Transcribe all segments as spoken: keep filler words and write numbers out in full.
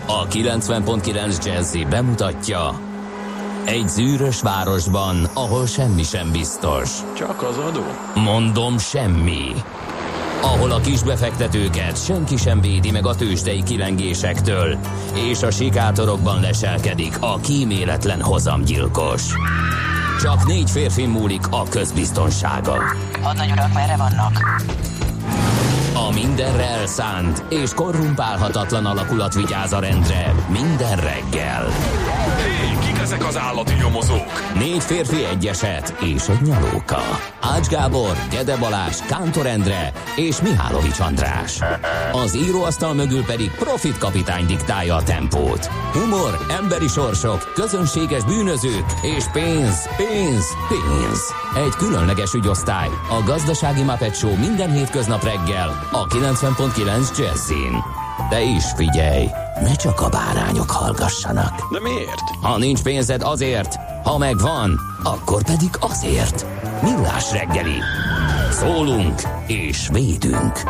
A kilencven pont kilenc Jazzy bemutatja: egy zűrös városban, ahol semmi sem biztos. Csak az adó? Mondom, semmi. Ahol a kisbefektetőket senki sem védi meg a tőzsdei kilengésektől, és a sikátorokban leselkedik a kíméletlen hozamgyilkos. Csak négy férfi múlik a közbiztonsága. Hadnagy urak, merre vannak? A mindenre elszánt és korrumpálhatatlan alakulat vigyáz a rendre minden reggel. Hé, kik ezek az állati nyomozók? Négy férfi, egy eset és egy nyalóka. Ács Gábor, Gede Balázs, Kántor Endre és Mihálovics András. Az íróasztal mögül pedig Profit kapitány diktálja a tempót. Humor, emberi sorsok, közönséges bűnözők és pénz, pénz, pénz. Egy különleges ügyosztály, a Gazdasági Muppet Show minden hétköznap reggel a kilencven pont kilenc Jazzin. De is figyelj, ne csak a bárányok hallgassanak. De miért? Ha nincs pénzed, azért, ha megvan, akkor pedig azért. Millás reggeli. Szólunk és védünk.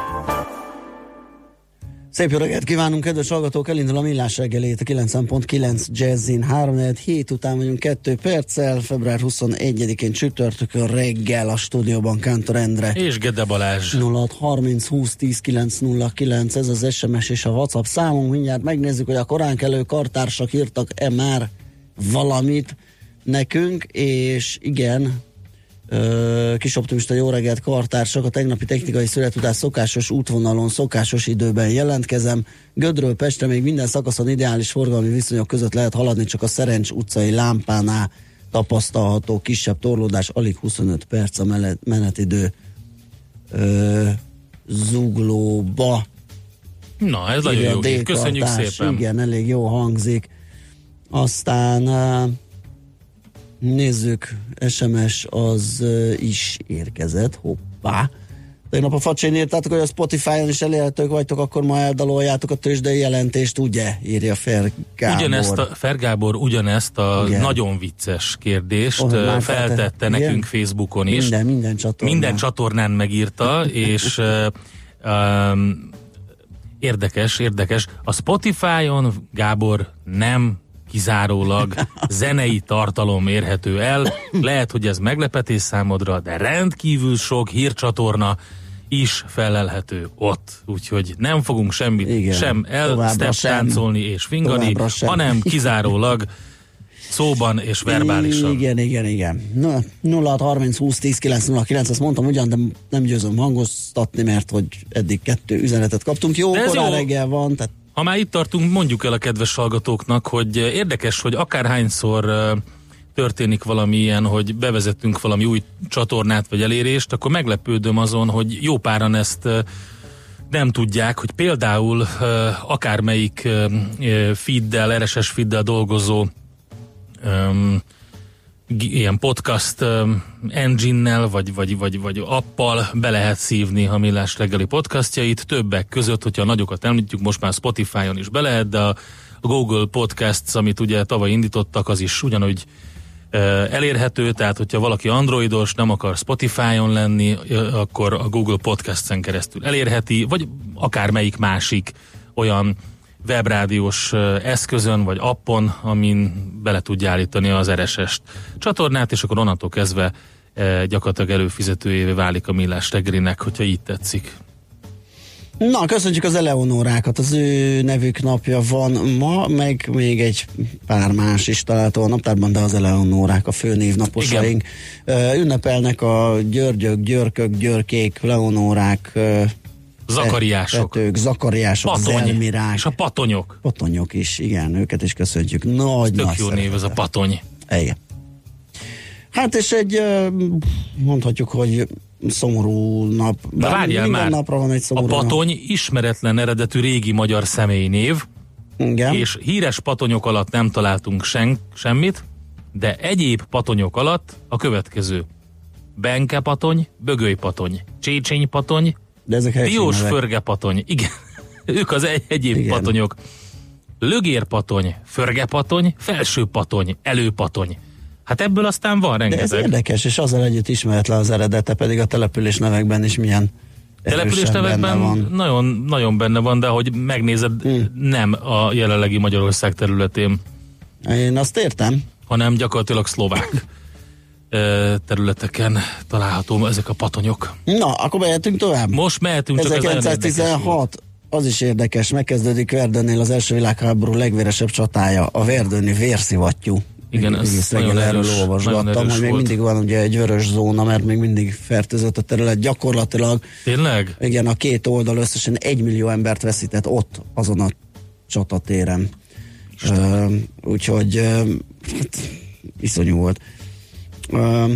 Szép jó reggelt kívánunk, kedves hallgatók! Elindul a Millás reggelét, a kilencven pont kilenc Jazzin. három negyven hét után vagyunk kettő perccel, február huszonegyedikén csütörtökön reggel a stúdióban Kántor Endre. És Gede Balázs. nulla hat harminc húsz tíz kilenc nulla kilenc, ez az es em es és a WhatsApp számunk. Mindjárt megnézzük, hogy a koránkelő kartársak írtak-e már valamit nekünk, és igen... Ö, kis optimista jó reggelt, kartársak, a tegnapi technikai szület után szokásos útvonalon, szokásos időben jelentkezem. Gödről Pestre még minden szakaszon ideális forgalmi viszonyok között lehet haladni, csak a Szerencs utcai lámpánál tapasztalható kisebb torlódás, alig huszonöt perc a menetidő ö, Zuglóba. Na, ez nagyon jó, köszönjük szépen. Igen, elég jó hangzik. Aztán ö, nézzük, es em es az uh, is érkezett, hoppá. Tegnap a Facsén írtátok, hogy a Spotify-on is elérhetők vagytok, akkor ma eldaloljátok a tőzsdei jelentést, ugye? Írja Fer Gábor. Ugyanezt a, Fer Gábor ugyanezt a igen. nagyon vicces kérdést oh, feltette nekünk igen? Facebookon is. Minden, minden csatornán. Minden csatornán megírta, és uh, um, érdekes, érdekes. A Spotify-on, Gábor, nem kizárólag zenei tartalom érhető el. Lehet, hogy ez meglepetés számodra, de rendkívül sok hírcsatorna is felelhető ott. Úgyhogy nem fogunk semmit igen, sem elszteptáncolni és fingani, hanem kizárólag szóban és verbálisan. Igen, igen, igen. nulla hat harminc húsz tíz kilenc nulla kilenc, ezt mondtam ugyan, de nem győzöm hangoztatni, mert hogy eddig kettő üzenetet kaptunk. Jó, korán reggel van, tehát ha már itt tartunk, mondjuk el a kedves hallgatóknak, hogy érdekes, hogy akárhányszor történik valami ilyen, hogy bevezettünk valami új csatornát vagy elérést, akkor meglepődöm azon, hogy jó páran ezt nem tudják, hogy például akármelyik feeddel, er es es feeddel dolgozó ilyen podcast um, engine-nel, vagy, vagy, vagy, vagy appal be lehet szívni a Millás reggeli podcastjait, többek között, hogyha a nagyokat említjük, most már Spotify-on is be lehet, de a Google Podcasts, amit ugye tavaly indítottak, az is ugyanúgy uh, elérhető, tehát hogyha valaki androidos, nem akar Spotify-on lenni, uh, akkor a Google Podcasts-en keresztül elérheti, vagy akármelyik másik olyan webrádiós eszközön vagy appon, amin bele tudja állítani az er es es csatornát, és akkor onnantól kezdve e, gyakorlatilag előfizetőjévé válik a Millás reggelinek, hogyha így tetszik. Na, köszönjük az Eleonorákat, az ő nevük napja van ma, meg még egy pár más is található a naptárban, de az Eleonorák a fő névnaposaink. Uh, ünnepelnek a Györgyök, Györkök, Györkék, Leonorák, uh, Zakariások. Petők, Zakariások, Patony, Zelmirák. és a Patonyok. Patonyok is, igen, őket is köszönjük. Nagy, tök nagy jó név ez a Patony. Igen. Hát és egy, mondhatjuk, hogy szomorú nap. De várjál már, napra van egy szomorú a Patony nap. Ismeretlen eredetű régi magyar személynév, igen. És híres patonyok alatt nem találtunk sen, semmit, de egyéb patonyok alatt a következő. Benke patony, Bögöly patony, Csécsény patony, Diós Förge patony, igen, ők az egy, egyéb igen. patonyok. Lögér patony, Förge patony, Felső patony, Elő patony. Hát ebből aztán van rengeteg. De ez érdekes, és azzal együtt ismeretlen az eredete, pedig a település nevekben is milyen Településnevekben nagyon, nagyon benne van, de hogy megnézed, hmm. nem a jelenlegi Magyarország területén. Én azt értem. Hanem gyakorlatilag szlovák területeken található ezek a patonyok. Na, akkor mehetünk tovább. Most mehetünk, csak ezerkilencszáztizenhat, az is érdekes, megkezdődik Verdönnél az első világháború legvéresebb csatája, a verdöni vérszivattyú. Igen, ez nagyon erős, erről olvasgattam, hogy még volt. mindig van ugye egy vörös zóna, mert még mindig fertőzött a terület. Gyakorlatilag tényleg? Igen, a két oldal összesen egy millió embert veszített ott, azon a csatatéren. Uh, úgyhogy uh, hát, iszonyú volt. Uh,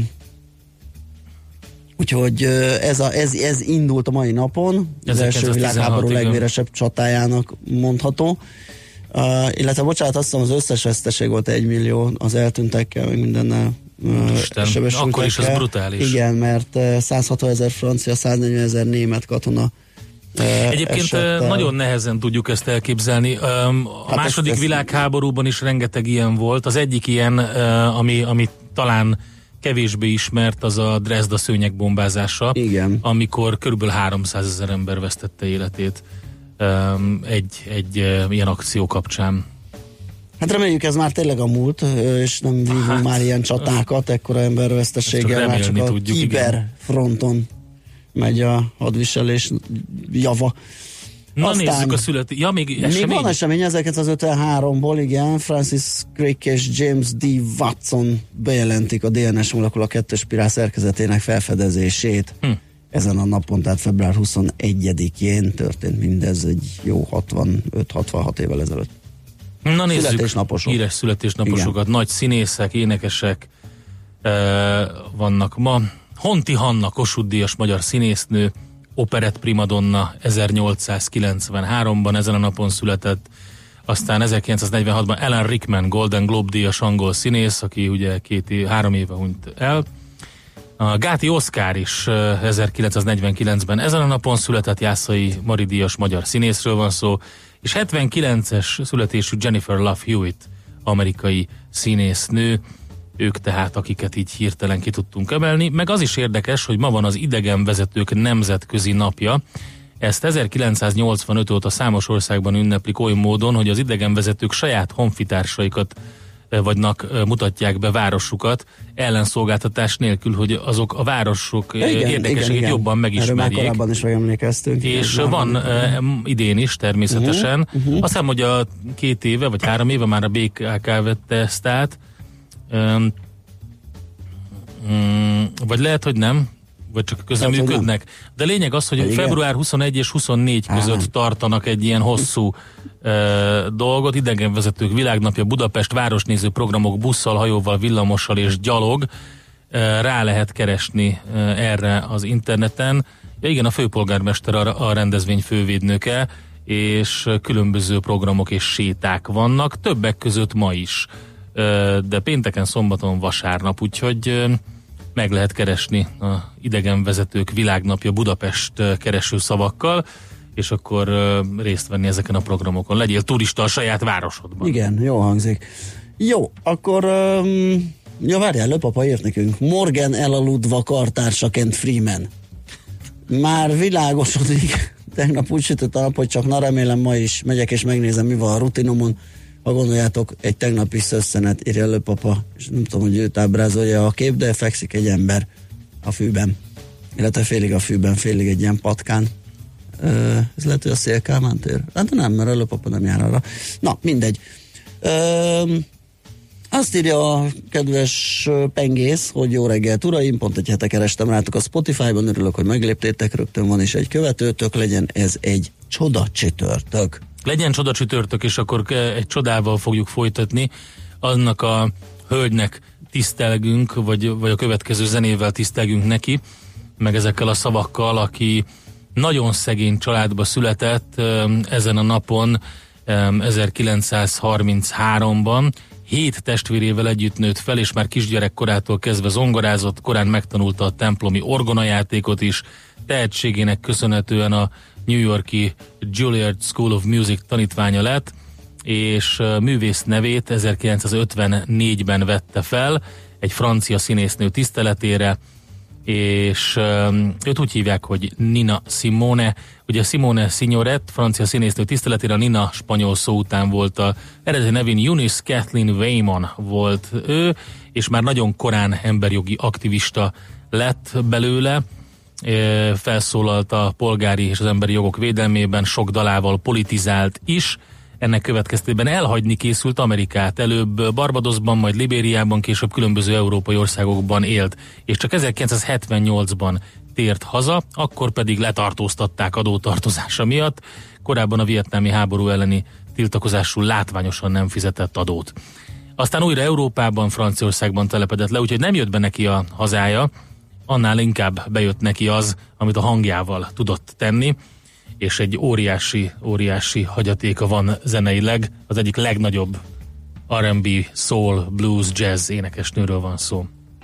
úgyhogy uh, ez, a, ez, ez indult a mai napon, az első világháború legvéresebb csatájának mondható. Uh, illetve bocsánat, azt hiszem az összes veszteség volt egy millió az eltűntekkel, meg mindennel. Uh, akkor is ez brutális. Igen, mert uh, százhatvan ezer francia, száznegyven ezer német katona uh, Egyébként esettel. Nagyon nehezen tudjuk ezt elképzelni. Um, a hát második ezt, világháborúban is rengeteg ilyen volt. Az egyik ilyen, uh, ami, ami talán kevésbé ismert, az a Dresda szőnyegbombázása, igen. amikor körülbelül háromszázezer ember vesztette életét um, egy, egy uh, ilyen akció kapcsán. Hát reméljük ez már tényleg a múlt, és nem vívunk hát, már ilyen csatákat, ekkora embervesztességgel, már csak a kiberfronton megy a hadviselés java. Na Aztán nézzük a születi... Ja, még esemény? Még van esemény ezerkilencszázötvenháromból, igen, Francis Crick és James D. Watson bejelentik a dé en es molekula kettő spirál szerkezetének felfedezését. Hm. Ezen a napon, tehát február huszonegyedikén történt mindez egy jó hatvanöt-hatvanhat évvel ezelőtt. Na nézzük, születésnaposok. Híres születésnaposokat, igen. Nagy színészek, énekesek e, vannak ma. Honti Hanna, Kossuth-díjas magyar színésznő, operett primadonna, ezernyolcszázkilencvenháromban ezen a napon született, aztán ezerkilencszáznegyvenhatban Alan Rickman, Golden Globe-díjas angol színész, aki ugye két, három éve hunyt el. A Gáti Oszkár is ezerkilencszáznegyvenkilencben ezen a napon született, Jászai Mari díjas magyar színészről van szó, és hetvenkilences születésű Jennifer Love Hewitt, amerikai színésznő, ők tehát, akiket így hirtelen ki tudtunk emelni. Meg az is érdekes, hogy ma van az idegenvezetők nemzetközi napja. Ezt ezerkilencszáznyolcvanöt óta számos országban ünneplik oly módon, hogy az idegenvezetők saját honfitársaikat vagynak, mutatják be városukat ellenszolgáltatás nélkül, hogy azok a városok érdekességét jobban megismerjék. Erről már korábban is megemlékeztünk. És van uh, idén is természetesen. Uh-huh, uh-huh. Azt hiszem, hogy a két éve, vagy három éve már a bé ká ká vette ezt át. Um, um, vagy lehet, hogy nem, vagy csak közreműködnek. De lényeg az, hogy február huszonegy és huszonnégy között tartanak egy ilyen hosszú uh, dolgot, idegenvezetők világnapja, Budapest városnéző programok busszal, hajóval, villamossal és gyalog. Uh, rá lehet keresni uh, erre az interneten. Ja, igen, a főpolgármester a, a rendezvény fővédnöke, és uh, különböző programok és séták vannak, többek között ma is. Uh, de pénteken, szombaton, vasárnap, úgyhogy uh, meg lehet keresni a idegenvezetők világnapja Budapest kereső szavakkal, és akkor uh, részt venni ezeken a programokon. Legyél turista a saját városodban. Igen, jó hangzik. Jó, akkor um, ja, várjál, Lőpapa írt nekünk. Morgan elaludva kartársa Kent Freeman. Már világosodik. Tegnap úgy sütött a nap, hogy csak na remélem ma is megyek és megnézem, mi van a rutinomon. Ha gondoljátok, egy tegnapi szösszenet, írja Lőpapa, és nem tudom, hogy őt ábrázolja a kép, de fekszik egy ember a fűben. Illetve félig a fűben, félig egy ilyen patkán. Ö, ez lehet, hogy a Szél Kálmán tér. Hát nem, mert a Lőpapa nem jár arra. Na, mindegy. Ö, azt írja a kedves pengész, hogy jó reggelt, uraim, pont egy hete kerestem rátok a Spotify-ban, örülök, hogy megléptétek, rögtön van is egy követőtök, legyen ez egy csoda csütörtök. Legyen csoda csütörtök, és akkor egy csodával fogjuk folytatni. Annak a hölgynek tisztelgünk, vagy, vagy a következő zenével tisztelgünk neki, meg ezekkel a szavakkal, aki nagyon szegény családba született ezen a napon, ezerkilencszázharmincháromban. Hét testvérével együtt nőtt fel, és már kisgyerekkorától kezdve zongorázott, korán megtanulta a templomi orgonajátékot is, tehetségének köszönhetően a New York-i Juilliard School of Music tanítványa lett, és művész nevét ezerkilencszázötvennégyben vette fel egy francia színésznő tiszteletére, és um, őt úgy hívják, hogy Nina Simone. Ugye Simone Signoret, francia színésznő tiszteletére, a Nina spanyol szó után volt a eredeti nevén Eunice Kathleen Waymon volt ő, és már nagyon korán emberjogi aktivista lett belőle. E, felszólalt a polgári és az emberi jogok védelmében, sok dalával politizált is. Ennek következtében elhagyni készült Amerikát, előbb Barbadosban, majd Libériában, később különböző európai országokban élt, és csak ezerkilencszázhetvennyolcban tért haza, akkor pedig letartóztatták adótartozása miatt, korábban a vietnámi háború elleni tiltakozásul látványosan nem fizetett adót. Aztán újra Európában, Franciaországban telepedett le, úgyhogy nem jött be neki a hazája, annál inkább bejött neki az, amit a hangjával tudott tenni, és egy óriási, óriási hagyatéka van zeneileg, az egyik legnagyobb er and bé, soul, blues, jazz énekesnőről van szó.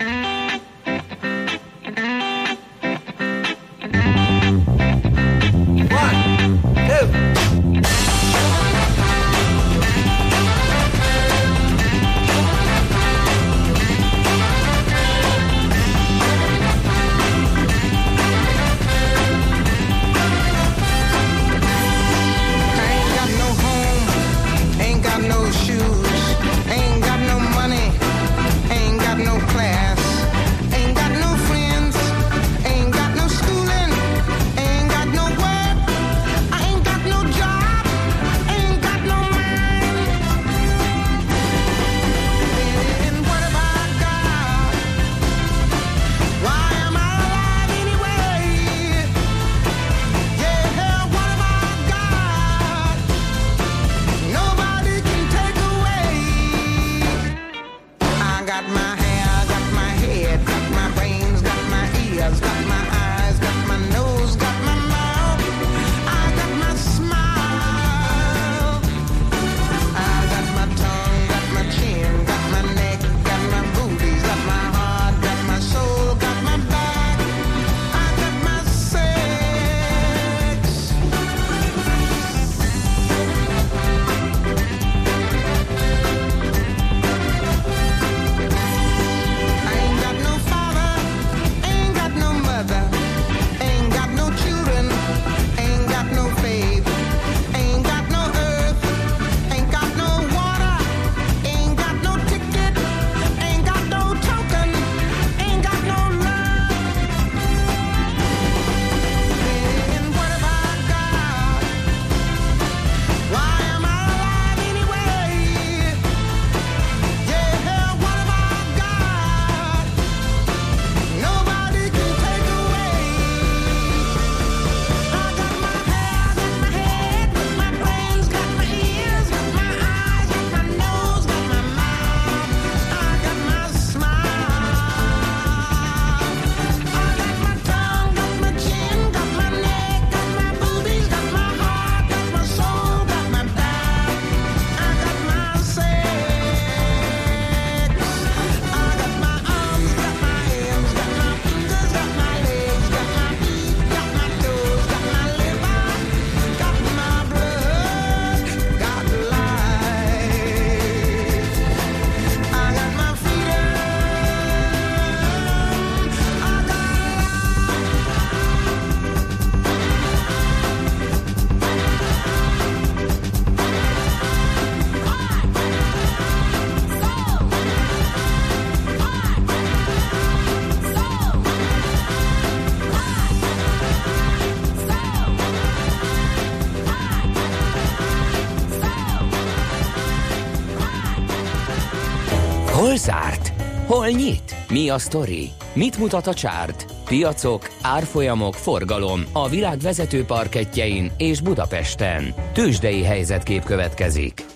Hol zárt? Hol nyit? Mi a sztori? Mit mutat a csárt? Piacok, árfolyamok, forgalom a világ vezető parkettjein és Budapesten. Tőzsdei helyzetkép következik.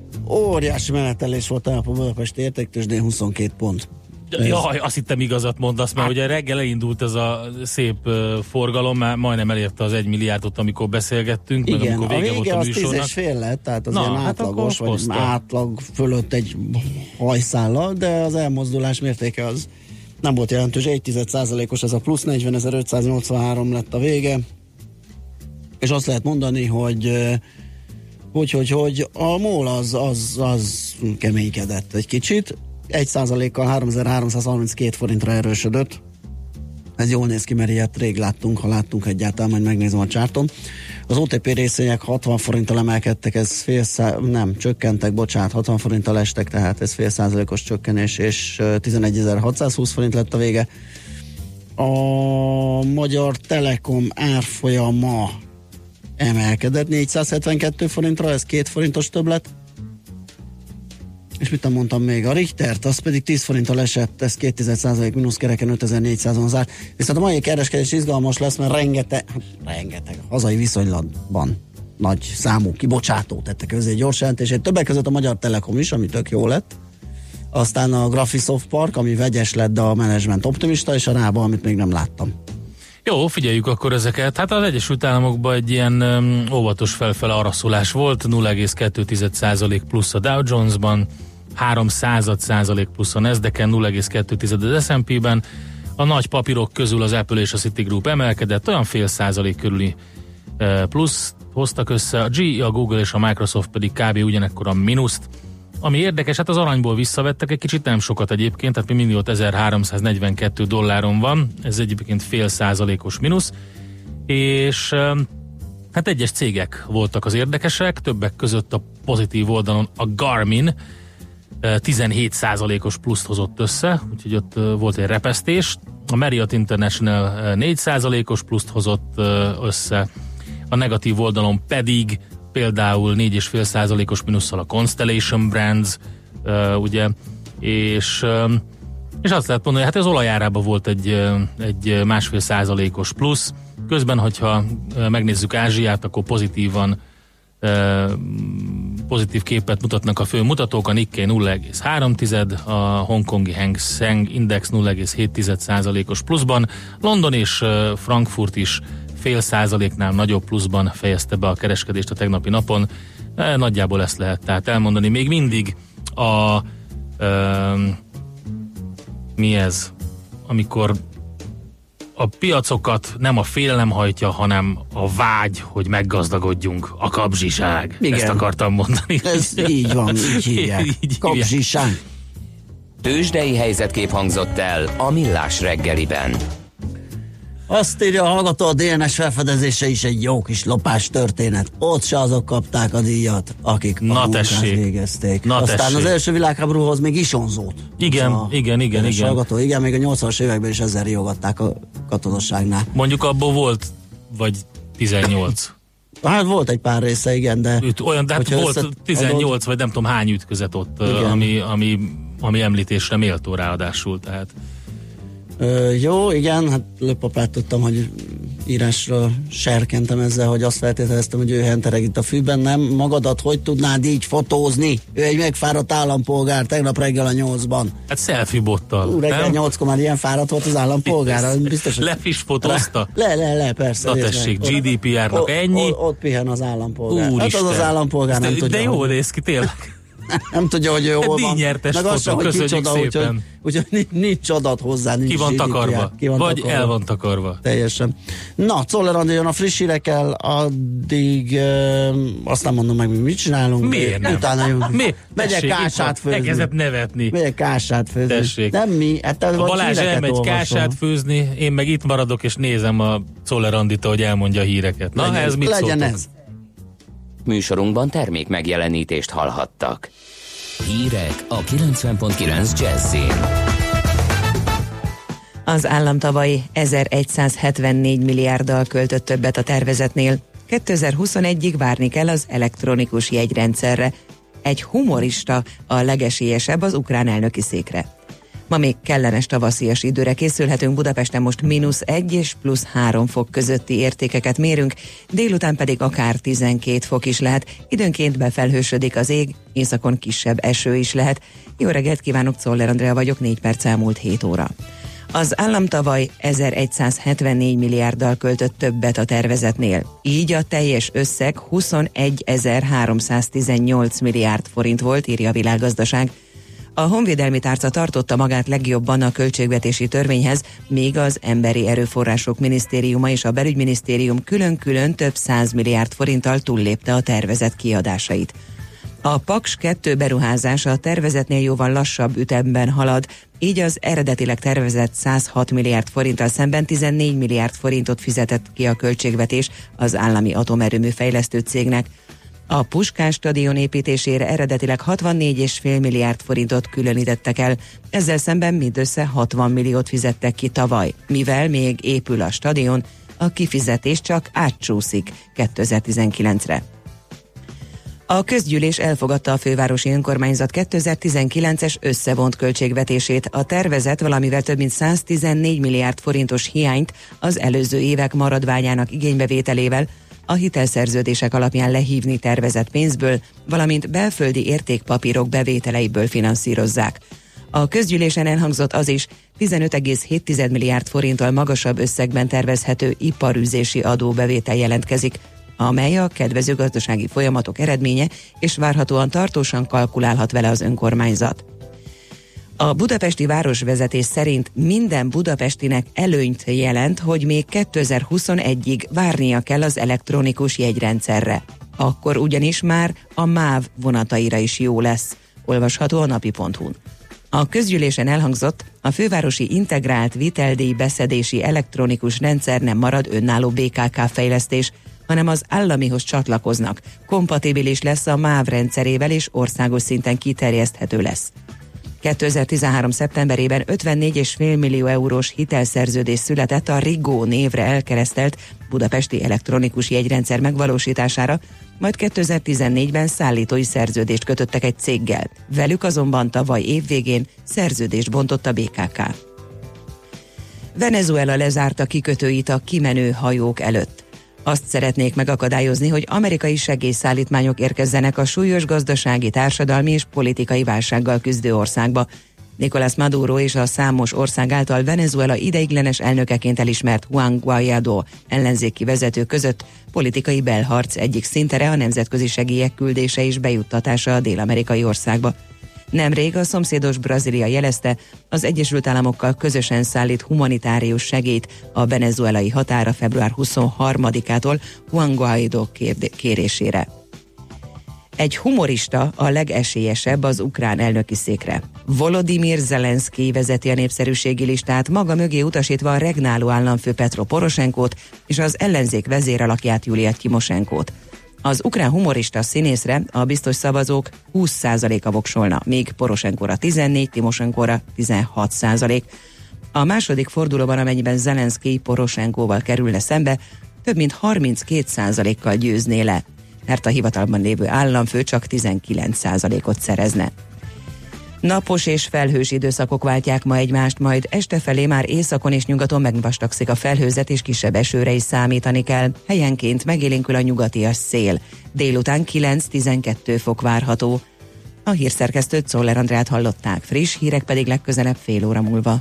Óriási menetelés volt a Budapesti értéktőzsdén, huszonkét pont. Jaj, azt hittem igazat mondasz, mert ugye reggel elindult ez a szép uh, forgalom, már majdnem elérte az egy milliárdot, amikor beszélgettünk, igen, meg amikor vége a vége volt a az műsornak. tíz és fél lett, tehát az Na, ilyen hát átlagos, vagy hozta. átlag fölött egy hajszállal, de az elmozdulás mértéke az nem volt jelentős, egy tized százalékos ez a plusz, negyvenezer-ötszáznyolcvanhárom lett a vége, és azt lehet mondani, hogy hogy, hogy, hogy a MOL az, az, az keménykedett egy kicsit, egy százalékkal háromezer-háromszázharminckét forintra erősödött, Ez jól néz ki, mert ilyet rég láttunk, ha láttunk egyáltalán, majd megnézem a csárton. Az o té pé részvények hatvan forinttal emelkedtek, ez fél szá... nem, csökkentek, bocsánat, hatvan forinttal estek, tehát ez fél százalékos csökkenés, és tizenegyezer-hatszázhúsz forint lett a vége. A Magyar Telekom árfolyama emelkedett négyszázhetvenkettő forintra, ez két forintos többlet. És mit mondtam még? A Richtert, az pedig tíz forinttal esett, ez két százalék mínusz, kereken ötezer-négyszázon zárt. Viszont a mai kereskedés izgalmas lesz, mert rengeteg, rengeteg hazai viszonylatban nagy számú kibocsátó tette közé egy gyors jelentését. Többek között a Magyar Telekom is, ami tök jó lett. Aztán a Graphisoft Park, ami vegyes lett, de a menedzsment optimista, és a Rába, amit még nem láttam. Jó, figyeljük akkor ezeket. Hát az Egyesült Államokban egy ilyen um, óvatos felfele araszolás volt, nulla egész kettő százalék plusz a Dow Jonesban, három század százalék plusz a Nasdaqen, nulla egész kettő az es and pé-ben. A nagy papírok közül az Apple és a Citigroup emelkedett, olyan fél százalék körüli uh, plusz hoztak össze, a G, a Google és a Microsoft pedig kb. Ugyanekkor a mínuszt. Ami érdekes, hát az aranyból visszavettek egy kicsit, nem sokat egyébként, tehát milliót ezerháromszáznegyvenkettő dolláron van, ez egyébként fél százalékos mínusz, és hát egyes cégek voltak az érdekesek, többek között a pozitív oldalon a Garmin tizenhét százalékos pluszt hozott össze, úgyhogy ott volt egy repesztés, a Marriott International négy százalékos pluszt hozott össze, a negatív oldalon pedig például négy egész öt százalékos mínusszal a Constellation Brands, uh, ugye, és, uh, és azt lehet mondani, hát az olajárában volt egy, uh, egy másfél százalékos plusz. Közben, hogyha uh, megnézzük Ázsiát, akkor pozitívan uh, pozitív képet mutatnak a fő mutatók, a Nikkei nulla egész három, a hongkongi Hang Seng Index nulla egész hét százalékos pluszban, London és uh, Frankfurt is fél százaléknál nagyobb pluszban fejezte be a kereskedést a tegnapi napon. E, nagyjából ezt lehet tehát elmondani. Még mindig a e, mi ez? Amikor a piacokat nem a félelem hajtja, hanem a vágy, hogy meggazdagodjunk, a kapzsiság. Igen. Ezt akartam mondani. Ez így van, így hívják. Így kapzsiság. Tőzsdei helyzetkép hangzott el a Millás reggeliben. Azt írja a hallgató, a dé en es felfedezése is egy jó kis lopás történet. Ott se azok kapták a díjat, akik Na a munkát tessék. végezték. Na Aztán tessék. az első világháborúhoz még Isonzót. Igen, a igen, igen, igen. Hallgató, igen, még a nyolcvanas években is ezzel riogatták a katonasságnál. Mondjuk abból volt, vagy tizennyolc. Hát volt egy pár része, igen, de... Üt, olyan, de hát volt tizennyolc, adod... vagy nem tudom hány ütközet ott, ami, ami, ami említésre méltó ráadásul, tehát... Ö, jó, igen, hát löppapát tudtam, hogy írásra serkentem ezzel, hogy azt feltételeztem, hogy ő hentereg itt a fűben, nem? Magadat hogy tudnád így fotózni? Ő egy megfáradt állampolgár, tegnap reggel a nyolcban. Hát selfie bottal. Ú, reggel nyolckor már ilyen fáradt volt az állampolgár. Biztos, le is fotózta? Le, le, le, persze. Na tessék, gé dé pé er-nak ennyi. Ott, ott pihen az állampolgár. Úristen. Hát az az állampolgár nem de, tudja. De jól néz ki, tényleg. Nem tudja, hogy ő hol van. Díjnyertes fotó, köszönjük szépen. Úgyhogy nincs, nincs adat hozzá. Nincs ki van takarva, ki van vagy takarva. El van takarva. Teljesen. Na, Czoller Andi jön a friss hírekkel, addig e, azt nem mondom meg, mi mit csinálunk. Miért nem? Utána jön. Mi? Megyek kását főzni. Elkezdett nevetni. Megyek kását főzni. Tessék. Nem mi. Hát a Balázs elmegy olvasom. Kását főzni, én meg itt maradok és nézem a Czoller Andit, hogy elmondja a híreket. Na, legyen, ez mit legyen szóltok? Ez. Műsorunkban termék megjelenítést hallhattak. Hírek a kilencven pont kilenc Jazzin. Az állam tavaly ezeregyszázhetvennégy milliárddal költött többet a tervezetnél. kétezer-huszonegyig várni kell az elektronikus jegyrendszerre. Egy humorista a legesélyesebb az ukrán elnöki székre. Ma még kellemes tavaszias időre készülhetünk, Budapesten most mínusz egy és plusz három fok közötti értékeket mérünk, délután pedig akár tizenkét fok is lehet, időnként befelhősödik az ég, északon kisebb eső is lehet. Jó reggelt kívánok, Czoller Andrea vagyok, négy perc elmúlt hét óra. Az állam tavaly ezeregyszázhetvennégy milliárddal költött többet a tervezetnél, így a teljes összeg huszonegyezer-háromszáztizennyolc milliárd forint volt, írja a Világgazdaság. A Honvédelmi Tárca tartotta magát legjobban a költségvetési törvényhez, míg az Emberi Erőforrások Minisztériuma és a Belügyminisztérium külön-külön több száz milliárd forinttal túllépte a tervezett kiadásait. A Paks kettő beruházása a tervezetnél jóval lassabb ütemben halad, így az eredetileg tervezett száz hat milliárd forinttal szemben tizennégy milliárd forintot fizetett ki a költségvetés az állami atomerőmű fejlesztő cégnek. A Puskás stadion építésére eredetileg hatvannégy egész öt milliárd forintot különítettek el, ezzel szemben mindössze hatvan milliót fizettek ki tavaly. Mivel még épül a stadion, a kifizetés csak átcsúszik kétezer-tizenkilencre. A közgyűlés elfogadta a fővárosi önkormányzat kétezer-tizenkilences összevont költségvetését, a tervezet valamivel több mint száztizennégy milliárd forintos hiányt az előző évek maradványának igénybevételével, a hitelszerződések alapján lehívni tervezett pénzből, valamint belföldi értékpapírok bevételeiből finanszírozzák. A közgyűlésen elhangzott az is, tizenöt egész hét milliárd forinttal magasabb összegben tervezhető iparűzési adóbevétel jelentkezik, amely a kedvező gazdasági folyamatok eredménye, és várhatóan tartósan kalkulálhat vele az önkormányzat. A budapesti városvezetés szerint minden budapestinek előnyt jelent, hogy még kétezer-huszonegyig várnia kell az elektronikus jegyrendszerre. Akkor ugyanis már a MÁV vonataira is jó lesz, olvasható a napi pont hu-n. A közgyűlésen elhangzott, a fővárosi integrált viteldíj beszedési elektronikus rendszer nem marad önálló bé ká ká fejlesztés, hanem az államihoz csatlakoznak, kompatibilis lesz a MÁV rendszerével és országos szinten kiterjeszthető lesz. kétezer-tizenhárom szeptemberében ötvennégy egész öt millió eurós hitelszerződés született a Rigó névre elkeresztelt budapesti elektronikus jegyrendszer megvalósítására, majd kétezer-tizennégyben szállítói szerződést kötöttek egy céggel. Velük azonban tavaly év végén szerződést bontott a bé ká ká. Venezuela lezárta kikötőit a kimenő hajók előtt. Azt szeretnék megakadályozni, hogy amerikai segélyszállítmányok érkezzenek a súlyos gazdasági, társadalmi és politikai válsággal küzdő országba. Nicolás Maduro és a számos ország által Venezuela ideiglenes elnökeként elismert Juan Guaidó ellenzéki vezető között politikai belharc egyik szintere a nemzetközi segélyek küldése és bejuttatása a dél-amerikai országba. Nemrég a szomszédos Brazília jelezte, az Egyesült Államokkal közösen szállít humanitárius segélyt a venezuelai határa február huszonharmadikától Juan Guaidó kérésére. Egy humorista a legesélyesebb az ukrán elnöki székre. Volodymyr Zelenszky vezeti a népszerűségi listát, maga mögé utasítva a regnáló államfő Petro Porosenkót és az ellenzék vezéralakját Julia Timosenkót. Az ukrán humorista színészre a biztos szavazók húsz százaléka voksolna, míg Porosenkóra tizennégy, Timosenkóra tizenhat százalék. A második fordulóban, amennyiben Zelenszky Porosenkóval kerülne szembe, több mint harminckét százalékkal győzné le, mert a hivatalban lévő államfő csak tizenkilenc százalékot szerezne. Napos és felhős időszakok váltják ma egymást, majd este felé már északon és nyugaton megvastagszik a felhőzet, és kisebb esőre is számítani kell. Helyenként megélénkül a nyugatias szél. Délután kilenc-tizenkettő fok várható. A hírszerkesztőt, Czoller Andrát hallották, friss hírek pedig legközelebb fél óra múlva.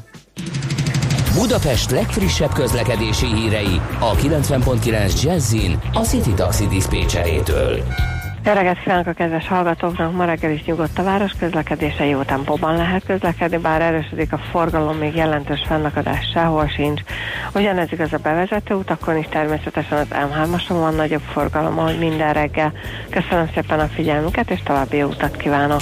Budapest legfrissebb közlekedési hírei a kilencven pont kilenc Jazzin a City Taxi diszpécserétől. Jó reggelt kívánok a kedves hallgatóknak! Ma reggel is nyugodt a város közlekedése, jó tempóban lehet közlekedni, bár erősödik a forgalom, még jelentős fennakadás sehol sincs. Ugyanez igaz a bevezető utakon is, természetesen az em hármason van nagyobb forgalom, ahogy minden reggel. Köszönöm szépen a figyelmüket, és további jó utat kívánok!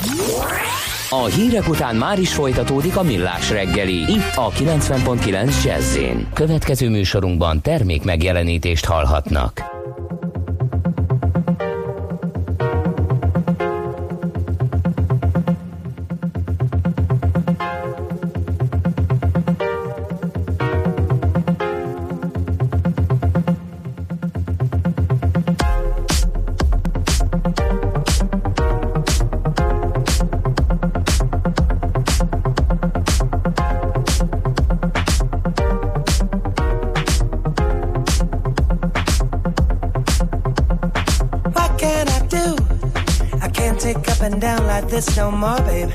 A hírek után már is folytatódik a Millás reggeli, itt a kilencven pont kilenc Jazzin. Következő műsorunkban termék megjelenítést hallhatnak. This no more, baby.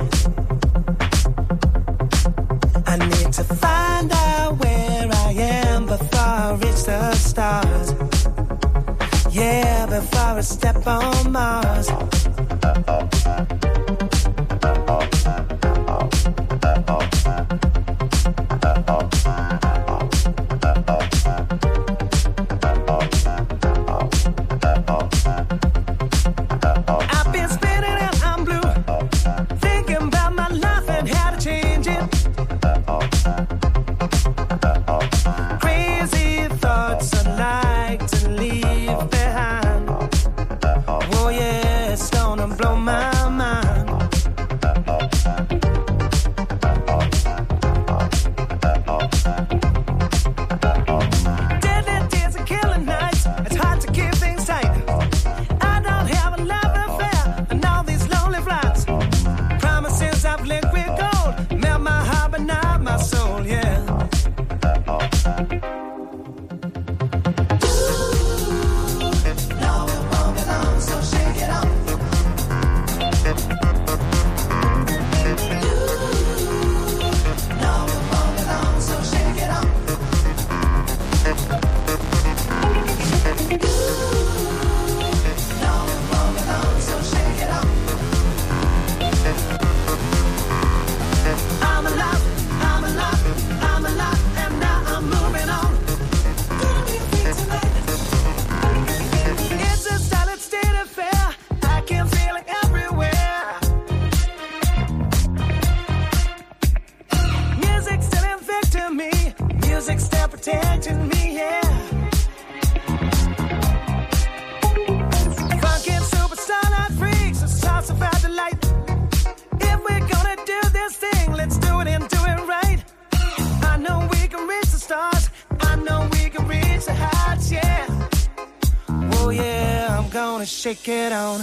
I need to find out where I am before I reach the stars. Yeah, before I step on Mars. I've been spinning out blow my mind. Deadly days and killing nights, it's hard to keep things tight. I don't have a love affair and all these lonely flights. Promises of liquid gold melt my heart but not my soul, yeah. Protecting me, yeah. Fucking superstar not freaks, it's toss about the light. If we're gonna do this thing, let's do it and do it right. I know we can reach the stars, I know we can reach the heights, yeah. Oh yeah, I'm gonna shake it on.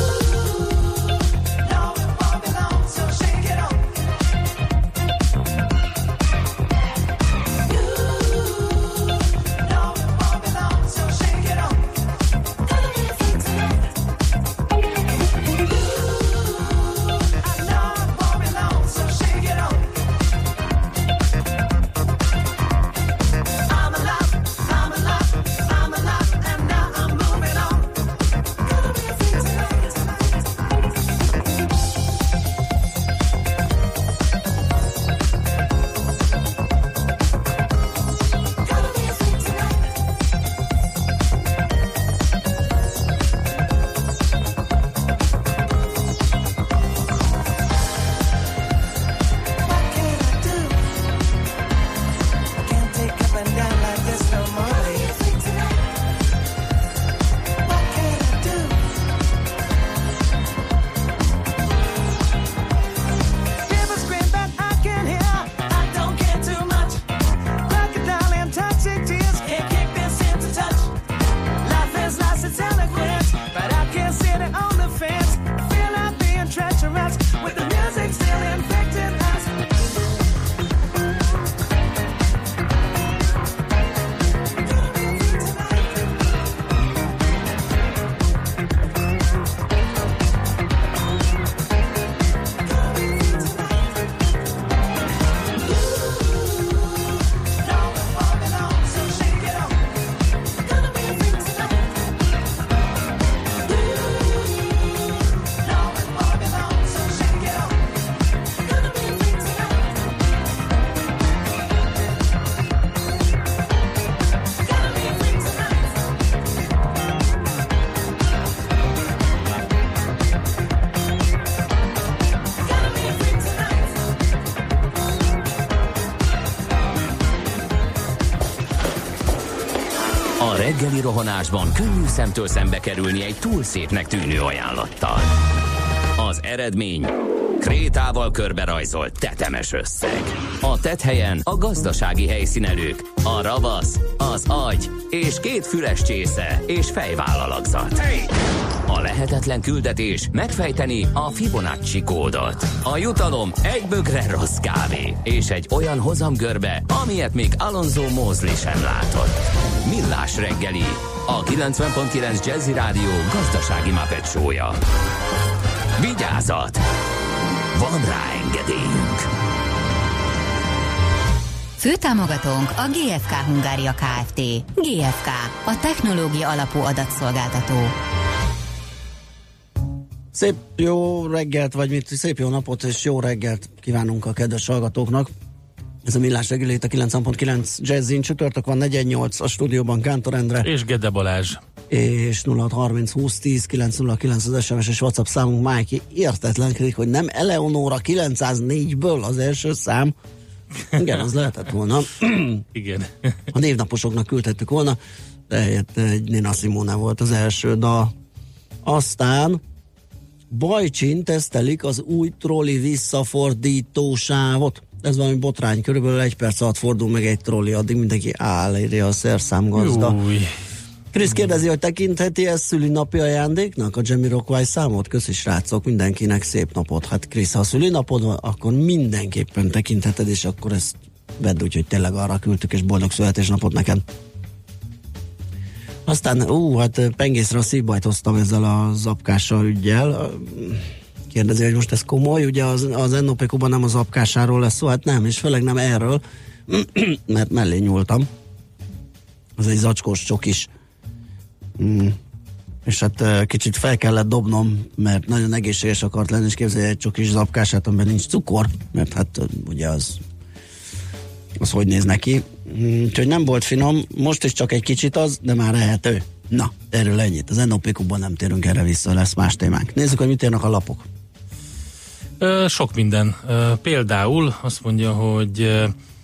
A reggeli rohanásban könnyű szemtől szembe kerülni egy túl szépnek tűnő ajánlattal. Az eredmény krétával körberajzolt tetemes összeg. A tetthelyen a gazdasági helyszínelők, a ravasz, az agy és két füles csésze és fejvállalakzat. A lehetetlen küldetés megfejteni a Fibonacci kódot. A jutalom egy bögre rossz kávé és egy olyan hozamgörbe, amilyet még Alonso Mosley sem látott. Millás reggeli, a kilencven pont kilenc Jazzy Rádió gazdasági Muppet show-ja. Vigyázat! Van rá engedélyünk! Főtámogatónk a gé ef ká Hungária Kft. gé ef ká, a technológia alapú adatszolgáltató. Szép jó reggelt, vagy mit, szép jó napot és jó reggelt kívánunk a kedves hallgatóknak. Ez a Millás reggeli, itt a kilencven pont kilenc Jazzin, csütörtök van, negyvennyolc, a stúdióban Kántor Endre. És Gede Balázs. És nulla hat harminc húsz tíz kilenc nulla kilenc az es em es és WhatsApp számunk. Májki értetlenkedik, hogy nem Eleonora kilencszáznégyből az első szám. Igen, az lehetett volna. Igen. A névnaposoknak küldhettük volna, de helyett egy Nina Simone volt az első dal. Aztán Bajcsin tesztelik az új trolli visszafordító sávot. Ez valami botrány, körülbelül egy perc alatt fordul meg egy trolli, addig mindenki áll, írja a szerszámgazda. Krisz kérdezi, hogy tekintheti ez szülinapi ajándéknak a Jamiroquai számot? Köszi srácok, mindenkinek szép napot. Hát Krisz, ha a szülinapod van, akkor mindenképpen tekintheted, és akkor ezt vedd úgy, hogy tényleg arra küldtük, és boldog születésnapot neked. Aztán, ú, hát pengészre a szívbajt hoztam ezzel a zapkással üggyel. Kérdezi, hogy most ez komoly, ugye az, az en o pé Q-ban nem az zapkásáról lesz szó, hát nem, és főleg nem erről, mert mellé nyúltam. Ez egy zacskós csokis. Mm. És hát kicsit fel kellett dobnom, mert nagyon egészséges akart lenni, és képzelj egy csokis zapkását, amiben nincs cukor, mert hát ugye az az hogy néz neki. Úgyhogy nem volt finom, most is csak egy kicsit az, de már ehető. Na, erről ennyit. Az en o pé Q-ban nem térünk erre vissza, lesz más témánk. Nézzük, hogy mit írnak a lapok. Ö, sok minden. Ö, például azt mondja, hogy ö,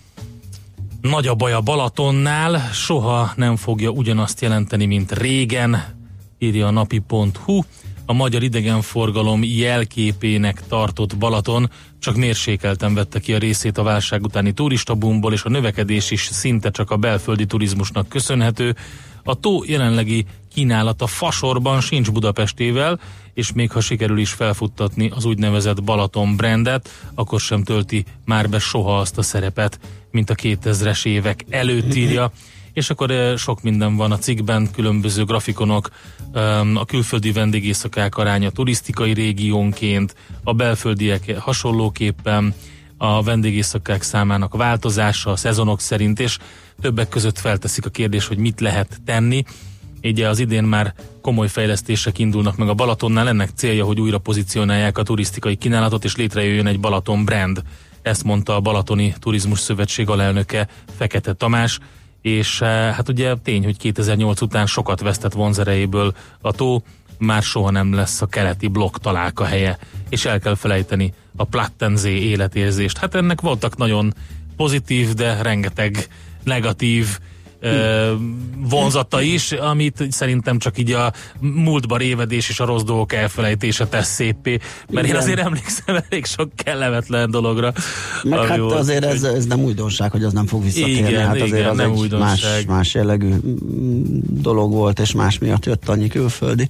nagy a baj a Balatonnál, soha nem fogja ugyanazt jelenteni, mint régen, írja a napi pont hu. A magyar idegenforgalom jelképének tartott Balaton csak mérsékelten vette ki a részét a válság utáni turistabumból, és a növekedés is szinte csak a belföldi turizmusnak köszönhető. A tó jelenlegi kínálata fasorban sincs Budapestével, és még ha sikerül is felfuttatni az úgynevezett Balaton brandet, akkor sem tölti már be soha azt a szerepet, mint a kétezres évek előtt, írja. És akkor sok minden van a cikkben, különböző grafikonok, a külföldi vendégészakák aránya turisztikai régiónként, a belföldiek hasonlóképpen, a vendégészakák számának változása a szezonok szerint, és többek között felteszik a kérdés, hogy mit lehet tenni. Így az idén már komoly fejlesztések indulnak meg a Balatonnál, ennek célja, hogy újra pozícionálják a turisztikai kínálatot, és létrejöjjön egy Balaton brand. Ezt mondta a Balatoni Turizmus Szövetség alelnöke, Fekete Tamás, és hát ugye tény, hogy kétezer-nyolc után sokat vesztett vonzerejéből a tó, már soha nem lesz a keleti blokk találkahelye, és el kell felejteni a Plattensee életérzést. Hát ennek voltak nagyon pozitív, de rengeteg negatív ö, vonzata is, amit szerintem csak így a múltba révedés és a rossz dolgok elfelejtése tesz széppé, mert igen, én azért emlékszem elég sok kellemetlen dologra. Meg hát volt, azért ez, ez nem újdonság, hogy az nem fog visszatérni. Igen, hát azért igen, az nem egy más, más jellegű dolog volt, és más miatt jött annyi külföldi.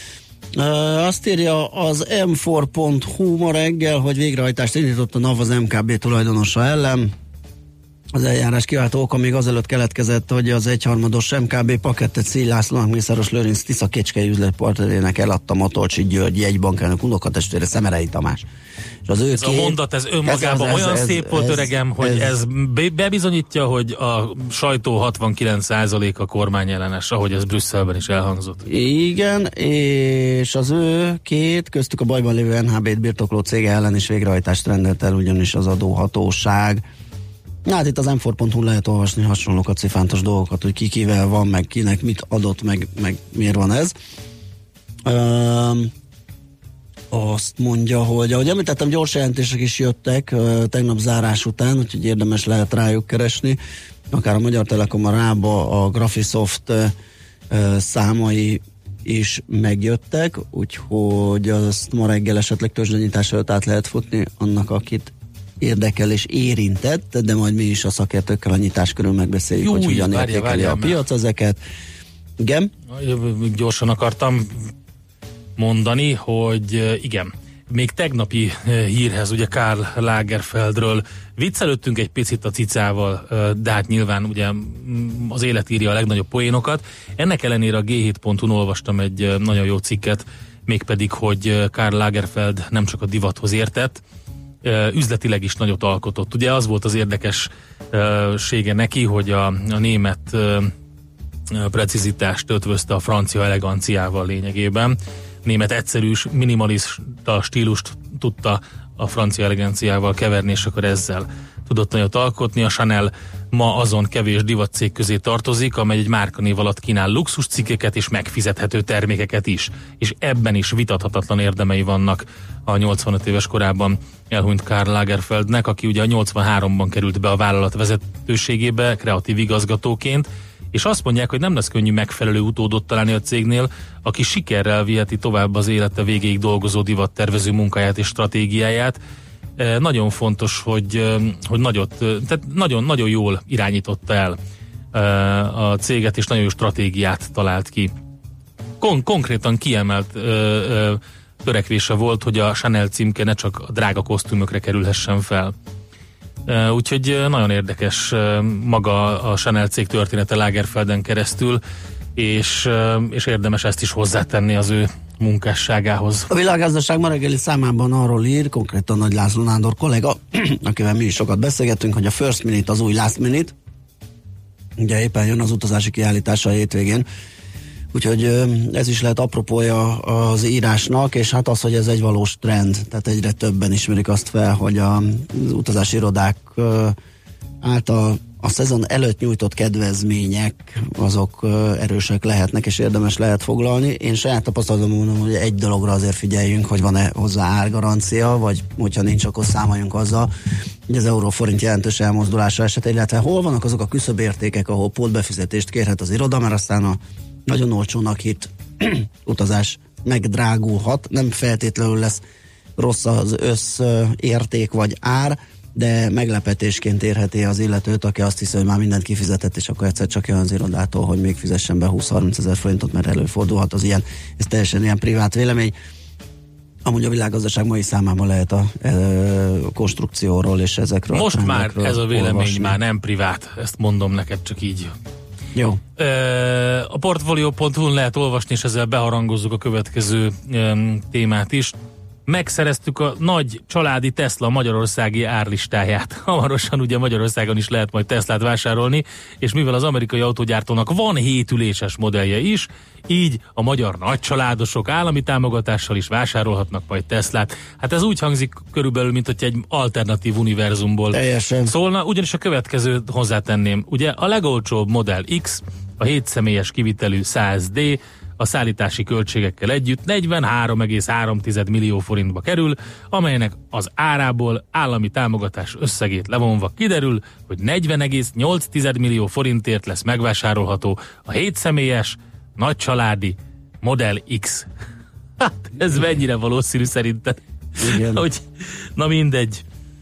Uh, azt írja az em négy pont hu ma reggel, hogy végrehajtást indított a NAV az em ká bé tulajdonosa ellen. Az eljárás kiváltó oka még azelőtt keletkezett, hogy az egyharmados em ká bé pakettet Szély Lászlónak, Mészáros Lőrinc Tisza Kécskei üzletpartnerének eladta Matolcsi György jegybankelnök unokatestvére Szemerei Tamás. És az ő ez két... a mondat, ez önmagában ez, ez, olyan ez, szép ez, volt, ez, öregem, hogy ez, ez bebizonyítja, hogy a sajtó hatvankilenc százaléka kormányellenes, ahogy ez Brüsszelben is elhangzott. Igen, és az ő két, köztük a bajban lévő en há bét birtokló cége ellen is végrehajtást rendelt el, ugyanis az adóhatóság. Na, hát itt az em négy pont hu lehet olvasni hasonlókat, cifántos dolgokat, hogy ki kivel van, meg kinek mit adott, meg, meg miért van ez. Um, azt mondja, hogy ahogy említettem, gyors jelentések is jöttek uh, tegnap zárás után, úgyhogy érdemes lehet rájuk keresni. Akár a Magyar Telekom, a Rába, a Graphisoft uh, uh, számai is megjöttek, úgyhogy azt ma reggel esetleg tőzsdenyítás előtt át lehet futni annak, akit érdekel és érintett, de majd mi is a szakértőkkel a nyitás körül megbeszéljük, Jó, hogy hogyan értékeli a piac ezeket. Igen? Gyorsan akartam mondani, hogy igen, még tegnapi hírhez, ugye Karl Lagerfeldről viccelődtünk egy picit a cicával, de hát nyilván ugye az élet írja a legnagyobb poénokat. Ennek ellenére a gé hét pont hu-n olvastam egy nagyon jó cikket, mégpedig, hogy Karl Lagerfeld nem csak a divathoz értett, üzletileg is nagyot alkotott. Ugye az volt az érdekessége neki, hogy a, a német precizitást ötvözte a francia eleganciával lényegében. Német egyszerűs, minimalista stílust tudta a francia eleganciával keverni, és akkor ezzel tudott nagyot alkotni. A Chanel ma azon kevés divatcég közé tartozik, amely egy márkanév alatt kínál luxuscikkeket és megfizethető termékeket is. És ebben is vitathatatlan érdemei vannak a nyolcvanöt éves korában elhunyt Karl Lagerfeldnek, aki ugye a nyolcvanháromban került be a vállalat vezetőségébe kreatív igazgatóként, és azt mondják, hogy nem lesz könnyű megfelelő utódot találni a cégnél, aki sikerrel viheti tovább az élete végéig dolgozó divattervező munkáját és stratégiáját. Nagyon fontos, hogy, hogy nagyot, tehát nagyon, nagyon jól irányította el a céget, és nagyon jó stratégiát talált ki. Kon- konkrétan kiemelt ö, ö, törekvése volt, hogy a Chanel címke ne csak a drága kosztümökre kerülhessen fel. Ö, úgyhogy nagyon érdekes ö, maga a Chanel cég története Lagerfelden keresztül, és, ö, és érdemes ezt is hozzátenni az ő munkásságához. A Világgazdaság ma reggeli számában arról ír, konkrétan Nagy László Nándor kollega, akivel mi is sokat beszélgettünk, hogy a First Minute az új Last Minute. Ugye éppen jön az utazási kiállítása a hétvégén, úgyhogy ez is lehet apropója az írásnak, és hát az, hogy ez egy valós trend, tehát egyre többen ismerik azt fel, hogy az utazási irodák által a szezon előtt nyújtott kedvezmények azok erősek lehetnek, és érdemes lehet foglalni. Én saját tapasztalatom mondom, hogy egy dologra azért figyeljünk, hogy van-e hozzá árgarancia, vagy hogyha nincs, akkor számoljunk azzal, hogy az euró-forint jelentős elmozdulása esetén, illetve hol vannak azok a küszöbértékek, ahol pótbefizetést kérhet az iroda, mert aztán a nagyon olcsónak hit utazás megdrágulhat, nem feltétlenül lesz rossz az összérték vagy ár, de meglepetésként érheti az illetőt, aki azt hiszi, hogy már mindent kifizetett, és akkor egyszer csak jön az irodától, hogy még fizessen be húsz-harminc ezer forintot, mert előfordulhat az ilyen, ez teljesen ilyen privát vélemény. Amúgy a Világgazdaság mai számában lehet a, a konstrukcióról és ezekről. Most már ez a vélemény olvasni. Már nem privát, ezt mondom neked csak így. Jó. A portfolio pont hu-n lehet olvasni, és ezzel beharangozzuk a következő um, témát is. Megszereztük a nagy családi Tesla magyarországi árlistáját. Hamarosan ugye Magyarországon is lehet majd Teslát vásárolni, és mivel az amerikai autógyártónak van hétüléses modellje is, így a magyar nagycsaládosok állami támogatással is vásárolhatnak majd Teslát. Hát ez úgy hangzik körülbelül, mint hogy egy alternatív univerzumból Teljesen. szólna, ugyanis a következőt hozzátenném. Ugye a legolcsóbb Model X, a hét személyes kivitelű száz dé, a szállítási költségekkel együtt negyvenhárom egész három millió forintba kerül, amelynek az árából állami támogatás összegét levonva kiderül, hogy negyven egész nyolc millió forintért lesz megvásárolható a hét személyes, nagycsaládi Model X. Hát ez mennyire valószínű szerinted? Igen. Hogy, na mindegy.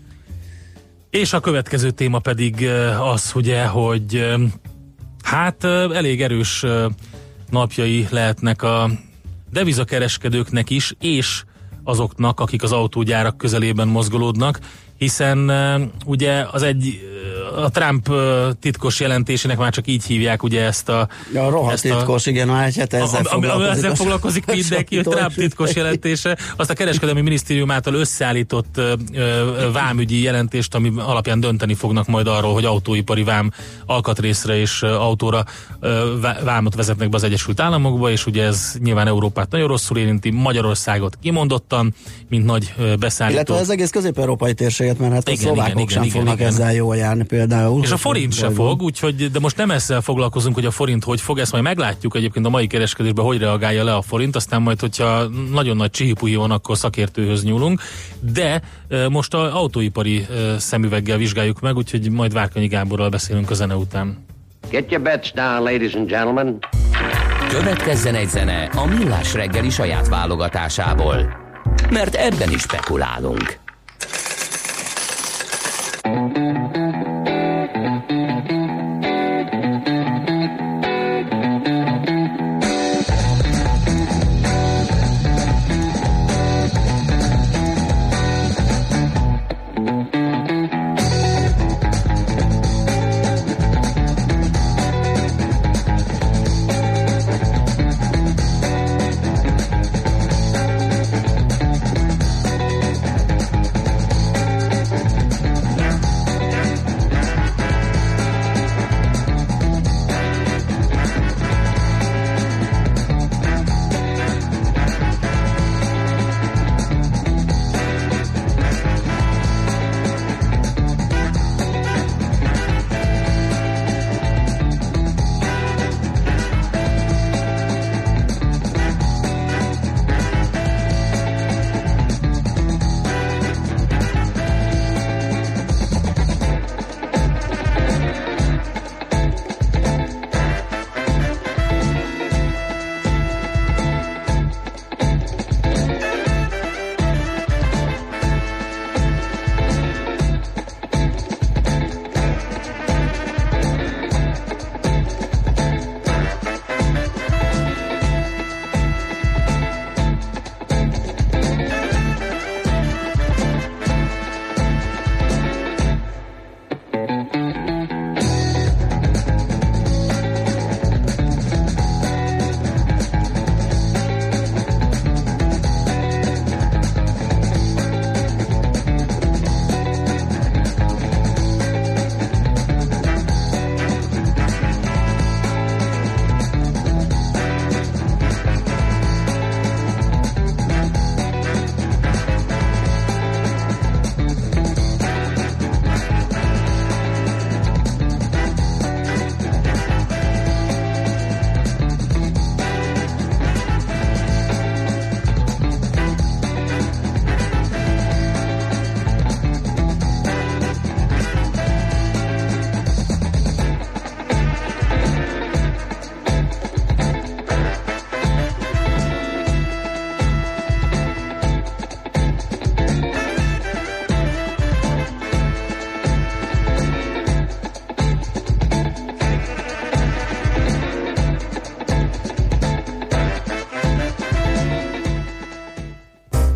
És a következő téma pedig az, ugye, hogy hát elég erős napjai lehetnek a devizakereskedőknek is, és azoknak, akik az autógyárak közelében mozgolódnak, hiszen uh, ugye az egy, uh, a Trump uh, titkos jelentésének már csak így hívják ugye ezt a... A rohadt titkos, a, igen, már egy hete ezzel a, foglalkozik. Ezzel foglalkozik mindenki, hogy Trump titkos jelentése. Azt a kereskedelmi minisztérium által összeállított uh, uh, vámügyi jelentést, ami alapján dönteni fognak majd arról, hogy autóipari vám alkatrészre és uh, autóra uh, vámot vezetnek be az Egyesült Államokba, és ugye ez nyilván Európát nagyon rosszul érinti, Magyarországot kimondottan, mint nagy uh, beszállító. Illetve az egész közép-európai térséget, mert hát igen, a szlovákok igen, sem igen, fognak igen. ezzel jól járni például. És a forint se fog, úgyhogy, de most nem ezzel foglalkozunk, hogy a forint hogy fog, ezt majd meglátjuk egyébként a mai kereskedésben, hogy reagálja le a forint, aztán majd, hogyha nagyon nagy csihipuhi van, akkor szakértőhöz nyúlunk, de e, most az autóipari e, szemüveggel vizsgáljuk meg, úgyhogy majd Várkonyi Gáborral beszélünk a zene után. Get your bets down, ladies and gentlemen. Következzen egy zene a Millás reggeli saját válogatásából, mert ebben is spekulálunk.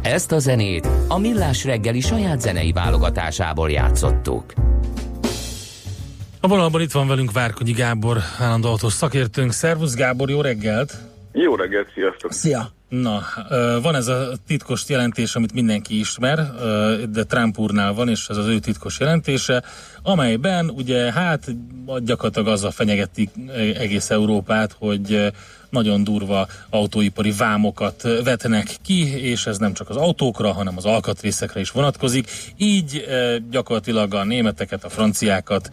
Ezt a zenét a Millás reggeli saját zenei válogatásából játszottuk. A vonalban itt van velünk Várkonyi Gábor, állandó autós szakértőnk. Szervusz Gábor, jó reggelt! Jó reggelt, sziasztok! Szia! Na, van ez a titkos jelentés, amit mindenki ismer, de Trump úrnál van, és ez az ő titkos jelentése, amelyben ugye hát gyakorlatilag azzal fenyegetik egész Európát, hogy nagyon durva autóipari vámokat vetnek ki, és ez nem csak az autókra, hanem az alkatrészekre is vonatkozik. Így gyakorlatilag a németeket, a franciákat,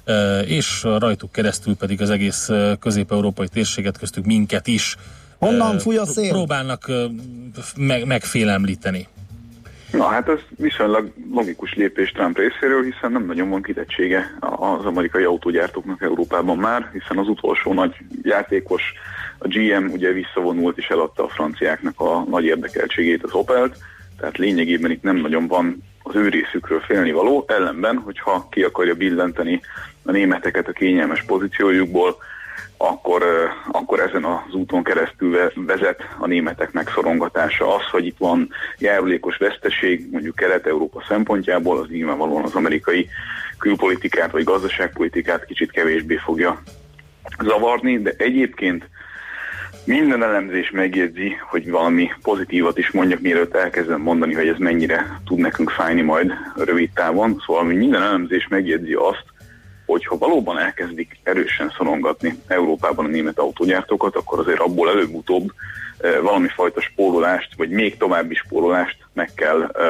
és rajtuk keresztül pedig az egész közép-európai térséget, köztük minket is honnan fúj a szél? Próbálnak meg, megfélemlíteni. Na hát ez viszonylag logikus lépés Trump részéről, hiszen nem nagyon van kitettsége az amerikai autógyártóknak Európában már, hiszen az utolsó nagy játékos, a gé em ugye visszavonult és eladta a franciáknak a nagy érdekeltségét, az Opelt, tehát lényegében itt nem nagyon van az ő részükről félnivaló, ellenben, hogyha ki akarja billenteni a németeket a kényelmes pozíciójukból, akkor, akkor ezen az úton keresztül vezet a németek megszorongatása. Az, hogy itt van járulékos veszteség, mondjuk Kelet-Európa szempontjából, az nyilvánvalóan az amerikai külpolitikát vagy gazdaságpolitikát kicsit kevésbé fogja zavarni, de egyébként minden elemzés megjegyzi, hogy valami pozitívat is mondjak, mielőtt elkezdem mondani, hogy ez mennyire tud nekünk fájni majd rövid távon. Szóval minden elemzés megjegyzi azt, hogyha valóban elkezdik erősen szorongatni Európában a német autógyártókat, akkor azért abból előbb-utóbb e, valami fajta spórolást, vagy még további spórolást meg kell e,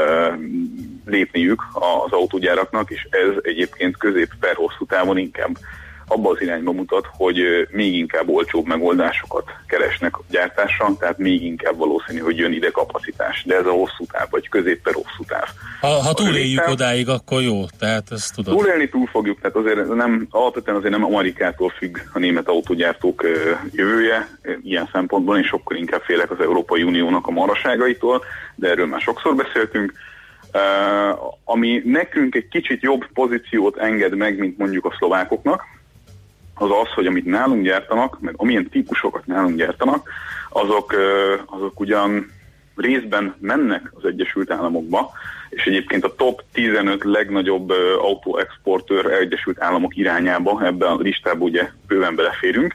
lépniük az autógyáraknak, és ez egyébként közép per hosszú távon inkább abba az irányba mutat, hogy még inkább olcsóbb megoldásokat keresnek a gyártásra, tehát még inkább valószínű, hogy jön ide kapacitás. De ez a hosszú táv, vagy közép per hosszú táv. Ha, ha túléljük odáig, akkor jó, tehát ezt tudod. Túlélni túl fogjuk, tehát azért nem, alapvetően azért nem Amerikától függ a német autógyártók jövője, ilyen szempontból én sokkal inkább félek az Európai Uniónak a maraságaitól, de erről már sokszor beszéltünk. Uh, ami nekünk egy kicsit jobb pozíciót enged meg, mint mondjuk a szlovákoknak, az az, hogy amit nálunk gyártanak, meg amilyen típusokat nálunk gyártanak, azok, azok ugyan részben mennek az Egyesült Államokba, és egyébként a top tizenöt legnagyobb autóexportőr Egyesült Államok irányába, ebben a listában ugye bőven beleférünk,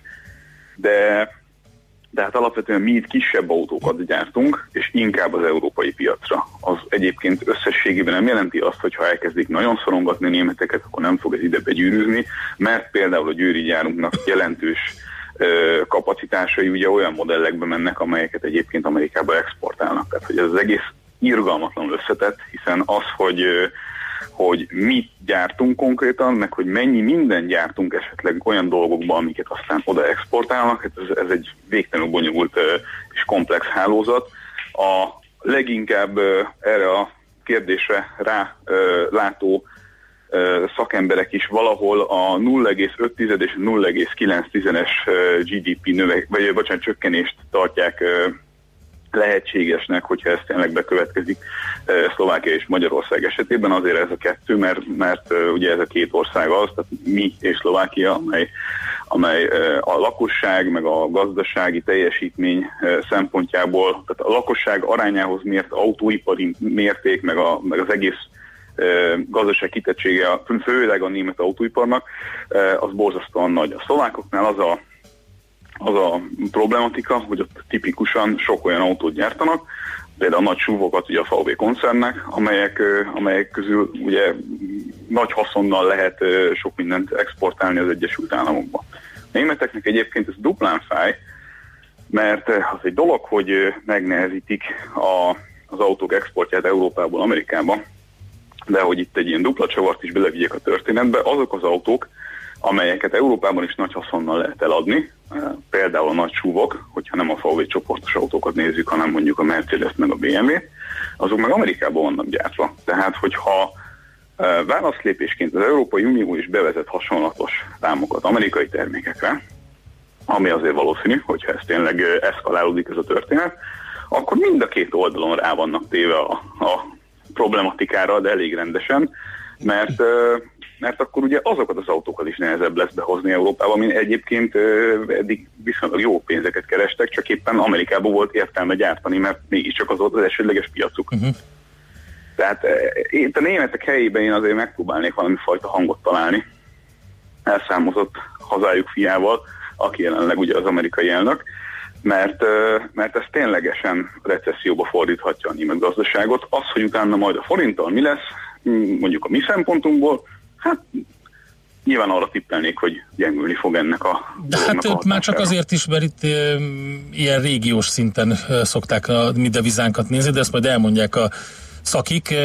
de, de hát alapvetően mi itt kisebb autókat gyártunk, és inkább az európai piacra. Az egyébként összességében nem jelenti azt, hogy ha elkezdik nagyon szorongatni a németeket, akkor nem fog ez ide begyűrűzni, mert például a győri gyárunknak jelentős ö, kapacitásai ugye olyan modellekbe mennek, amelyeket egyébként Amerikába exportálnak. Tehát, hogy ez az egész irgalmatlanul összetett, hiszen az, hogy ö, hogy mit gyártunk konkrétan, meg hogy mennyi minden gyártunk esetleg olyan dolgokban, amiket aztán oda exportálnak, ez, ez egy végtelenül bonyolult és komplex hálózat. A leginkább erre a kérdésre rá látó szakemberek is valahol a nulla egész öt és nulla egész kilenc gé dé pé növek, vagy bocsánat, csökkenést tartják lehetségesnek, hogyha ez tényleg bekövetkezik Szlovákia és Magyarország esetében, azért ez a kettő, mert, mert ugye ez a két ország az, tehát mi és Szlovákia, amely, amely a lakosság, meg a gazdasági teljesítmény szempontjából, tehát a lakosság arányához mért autóipari mérték, meg, a, meg az egész gazdaság kitettsége, főleg a német autóiparnak, az borzasztóan nagy. A szlovákoknál az a az a problematika, hogy ott tipikusan sok olyan autót gyártanak, például a nagy súvokat ugye a ef vé koncernek, amelyek, amelyek közül ugye nagy haszonnal lehet sok mindent exportálni az Egyesült Államokba. A németeknek egyébként ez duplán fáj, mert az egy dolog, hogy megnehezítik a, az autók exportját Európából Amerikába, de hogy itt egy ilyen dupla csavart is belevigyek a történetbe, azok az autók, amelyeket Európában is nagy haszonnal lehet eladni, például a nagy súvok, hogyha nem a ef vé csoportos autókat nézzük, hanem mondjuk a Mercedes meg a bé em vé, azok meg Amerikában vannak gyártva. Tehát, hogyha válaszlépésként az Európai Unió is bevezet hasonlatos támokat amerikai termékekre, ami azért valószínű, hogyha ez tényleg eszkalálódik ez a történet, akkor mind a két oldalon rá vannak téve a, a problematikára, de elég rendesen, mert mert akkor ugye azokat az autókat is nehezebb lesz behozni Európába, ami egyébként eddig viszonylag jó pénzeket kerestek, csak éppen Amerikában volt értelme gyártani, mert mégiscsak az volt az elsődleges piacuk. Uh-huh. Tehát itt a németek helyében én azért megpróbálnék valami fajta hangot találni, elszámozott hazájuk fiával, aki jelenleg ugye az amerikai elnök, mert, mert ez ténylegesen recesszióba fordíthatja a német gazdaságot. Az, hogy utána majd a forinttal mi lesz, mondjuk a mi szempontunkból, hát nyilván arra tippelnék, hogy gyengülni fog ennek a De hát a már csak azért is, mert itt e, ilyen régiós szinten e, szokták a mi devizánkat nézni, de ezt majd elmondják a szakik.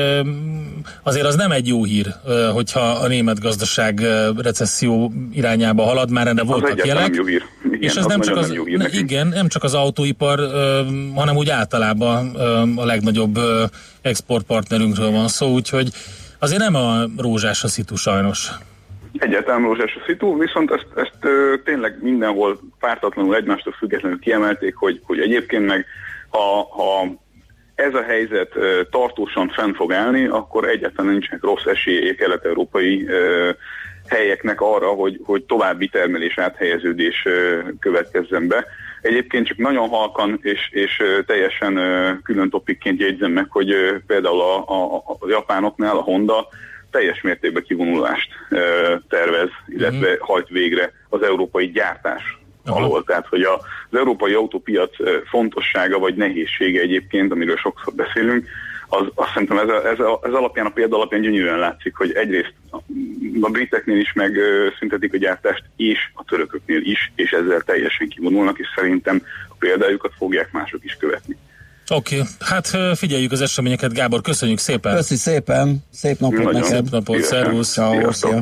Azért az nem egy jó hír, hogyha a német gazdaság recesszió irányába halad, már ennek voltak jelek. Nem jó hír. Igen, és ez nem csak, az, nem, igen, nem csak az autóipar, hanem úgy általában a legnagyobb exportpartnerünkről van szó, úgyhogy azért nem a rózsás a szitu sajnos. Egyáltalán rózsás a szitu, viszont ezt, ezt tényleg mindenhol pártatlanul egymástól függetlenül kiemelték, hogy, hogy egyébként meg ha, ha ez a helyzet uh, tartósan fenn fog állni, akkor egyáltalán nincsenek rossz esélye kelet-európai uh, helyeknek arra, hogy, hogy további termelés áthelyeződés uh, következzen be. Egyébként csak nagyon halkan és, és uh, teljesen uh, külön topikként jegyzem meg, hogy uh, például a, a, a japánoknál a Honda teljes mértékben kivonulást uh, tervez, illetve mm. hajt végre az európai gyártás alól. Tehát, hogy a, az európai autópiac fontossága vagy nehézsége egyébként, amiről sokszor beszélünk, az, azt szerintem ez, a, ez, a, ez alapján, a példa alapján gyönyörűen látszik, hogy egyrészt a briteknél is megszüntetik a gyártást, és a törököknél is, és ezzel teljesen kivonulnak, és szerintem a példájukat fogják mások is követni. Oké, okay. Hát figyeljük az eseményeket, Gábor, köszönjük szépen! Köszi szépen, szép napot Nagyon. neked! Szép napot, szervusz! Ciao, szia!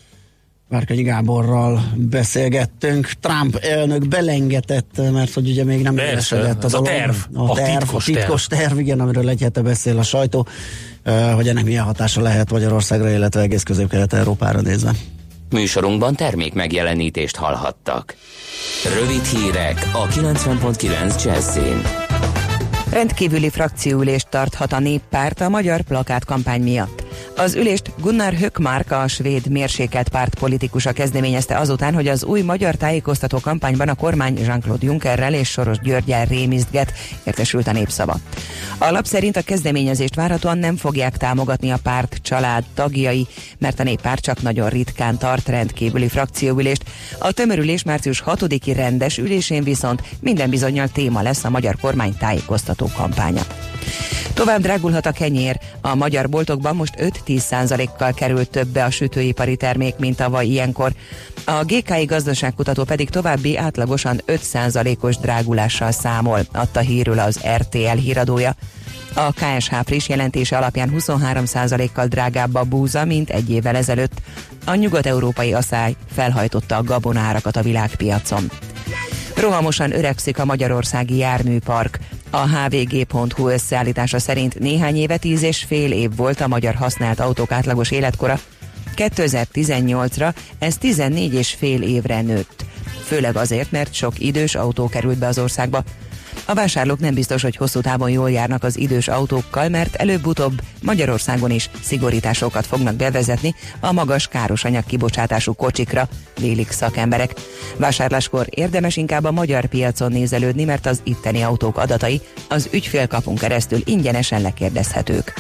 Várkonyi Gáborral beszélgettünk. Trump elnök belengetett, mert hogy ugye még nem esedett az a terv, a, a, terv, titkos, a titkos terv. terv, igen, amiről egy hete beszél a sajtó, hogy ennek milyen hatása lehet Magyarországra, illetve egész Közép-Kelet-Európára nézve. Műsorunkban termék megjelenítést hallhattak. Rövid hírek a kilencven pont kilenc Jazzin. Rendkívüli frakcióülést tarthat a Néppárt a magyar plakátkampány miatt. Az ülést Gunnar Hökmark, a svéd mérsékelt párt politikusa kezdeményezte azután, hogy az új magyar tájékoztató kampányban a kormány Jean-Claude Junckerrel és Soros Györggyel rémisztget, értesült a Népszava. A lap szerint a kezdeményezést várhatóan nem fogják támogatni a párt család tagjai, mert a Néppárt csak nagyon ritkán tart rendkívüli frakcióülést. A tömörülés március hatodiki rendes ülésén viszont minden bizonnyal téma lesz a magyar kormány tájékoztató kampánya. Tovább drágulhat a kenyér. A magyar boltokban most öt-tíz százalékkal került többe a sütőipari termék, mint tavaly ilyenkor. A gé ká i gazdaságkutató pedig további átlagosan öt százalékos drágulással számol, adta hírül az er té el híradója. A ká es há friss jelentése alapján huszonhárom százalékkal drágább a búza, mint egy évvel ezelőtt. A nyugat-európai aszály felhajtotta a gabonárakat a világpiacon. Rohamosan öregszik a magyarországi járműpark. A há vé gé pont hú összeállítása szerint néhány éve tíz és fél év volt a magyar használt autók átlagos életkora. kétezer-tizennyolcra ez tizennégy és fél évre nőtt. Főleg azért, mert sok idős autó került be az országba. A vásárlók nem biztos, hogy hosszú távon jól járnak az idős autókkal, mert előbb-utóbb Magyarországon is szigorításokat fognak bevezetni a magas károsanyag kibocsátású kocsikra, vélik szakemberek. Vásárláskor érdemes inkább a magyar piacon nézelődni, mert az itteni autók adatai az ügyfélkapun keresztül ingyenesen lekérdezhetők.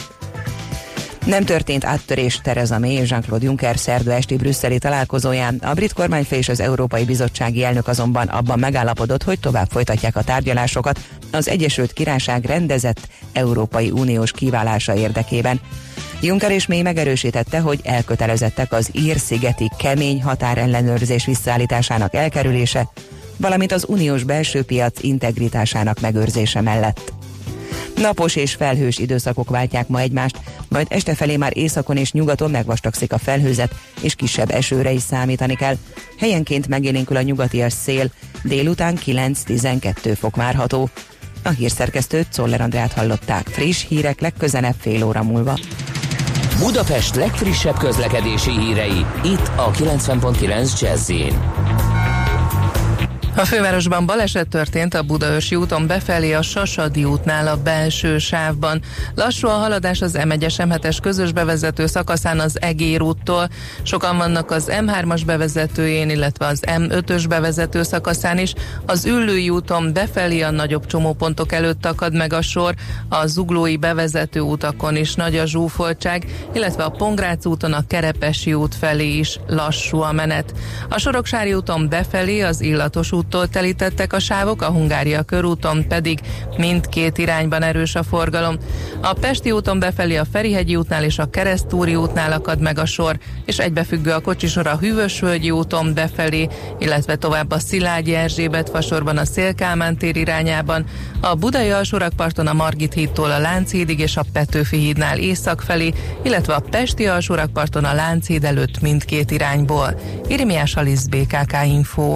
Nem történt áttörés Theresa May és Jean-Claude Juncker szerda esti brüsszeli találkozóján. A brit kormányfő és az Európai Bizottsági elnök azonban abban megállapodott, hogy tovább folytatják a tárgyalásokat az Egyesült Királyság rendezett Európai Uniós kiválása érdekében. Juncker és May megerősítette, hogy elkötelezettek az ír-szigeti kemény határellenőrzés visszaállításának elkerülése, valamint az uniós belső piac integritásának megőrzése mellett. Napos és felhős időszakok váltják ma egymást, majd este felé már északon és nyugaton megvastagszik a felhőzet, és kisebb esőre is számítani kell. Helyenként megélénkül a nyugatias szél, délután kilenc-tizenkettő fok várható. A hírszerkesztőt, Czoller Andrát hallották. Friss hírek legközelebb fél óra múlva. Budapest legfrissebb közlekedési hírei, itt a kilencven pont kilenc Jazz-in. A fővárosban baleset történt a Budaörsi úton befelé a Sasadi útnál a belső sávban. Lassú a haladás az em egyes em hetes közös bevezető szakaszán az Egér úttól. Sokan vannak az em hármas bevezetőjén, illetve az em ötös bevezető szakaszán is. Az Üllői úton befelé a nagyobb csomópontok előtt akad meg a sor, a zuglói bevezető utakon is nagy a zsúfoltság, illetve a Pongrác úton a Kerepesi út felé is lassú a menet. A Soroksári úton befelé az Illatos úttól telítettek a sávok, a Hungária körúton pedig mindkét irányban erős a forgalom. A Pesti úton befelé a Ferihegyi útnál és a Keresztúri útnál akad meg a sor, és egybefüggő a kocsisor a Hűvösvölgyi úton befelé, illetve tovább a Szilágyi Erzsébet fasorban a Széll-Kálmán tér irányában, a Budai alsórakparton a Margit hídtól a Lánchídig és a Petőfi hídnál észak felé, illetve a Pesti alsórakparton a Lánchíd előtt mindkét irányból. Irimiás Alisz, bé ká ká Info.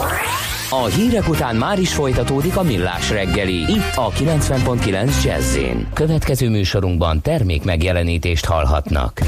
A hírek után már is folytatódik a Millás reggeli, itt a kilencven pont kilenc Jazz-én. Következő műsorunkban termék megjelenítést hallhatnak.